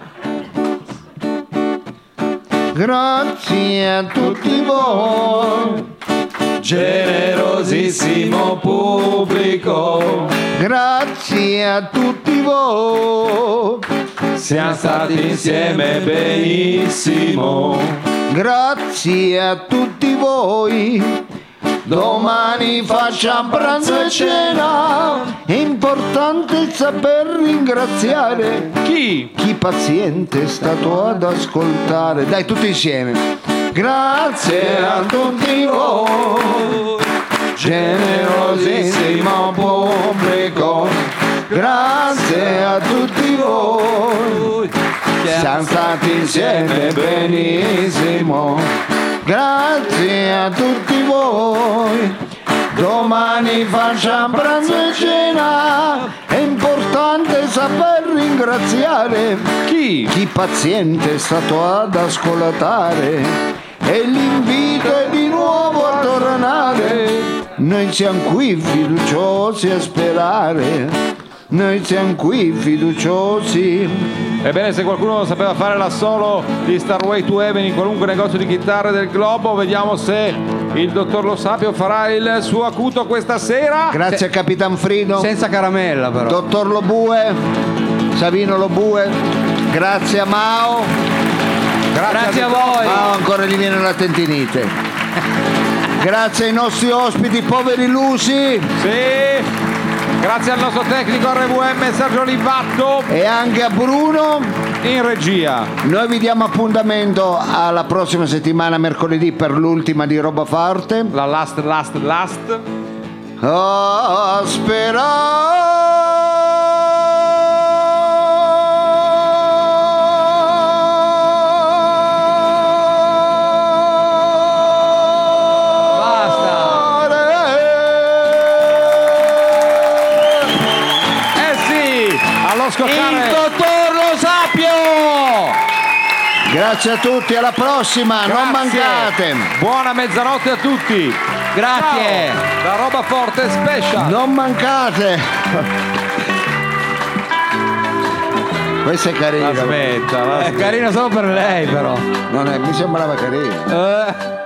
Grazie a tutti voi, Generosissimo pubblico. grazie a tutti voi, Siamo stati insieme benissimo. grazie a tutti voi. Domani facciamo pranzo e cena, è importante saper ringraziare Chi? chi paziente è stato ad ascoltare. Dai, tutti insieme. Grazie a tutti voi, generosissimo pubblico, grazie a tutti voi, siamo stati insieme benissimo, grazie a tutti voi. Domani facciamo pranzo e cena, è importante saper ringraziare Chi? chi paziente è stato ad ascoltare, e l'invito è di nuovo a tornare. Noi siamo qui fiduciosi a sperare, noi siamo qui fiduciosi. Ebbene, se qualcuno sapeva fare la solo di Starway to Heaven in qualunque negozio di chitarre del globo, vediamo se il dottor Lo Sapio farà il suo acuto questa sera. Grazie a Capitan Frido, Senza caramella però. dottor Lobue, Savino Lobue, grazie a Mao. Grazie a voi. Mao ancora gli viene la tentinite. Grazie ai nostri ospiti poveri lusi, Sì. Grazie al nostro tecnico R V M Sergio Livatto. e anche a Bruno. in regia. Noi vi diamo appuntamento alla prossima settimana, mercoledì, per l'ultima di Roba Forte. La last, last, last. Oh, spero. Il dottor Lo Sapio! Grazie a tutti, alla prossima, Grazie. non mancate. Buona mezzanotte a tutti. Grazie. Ciao. Da Roba Forte Special. Non mancate. Questa è carina. Aspetta, È carina solo per lei, però. Non è, mi sembrava carina. Eh.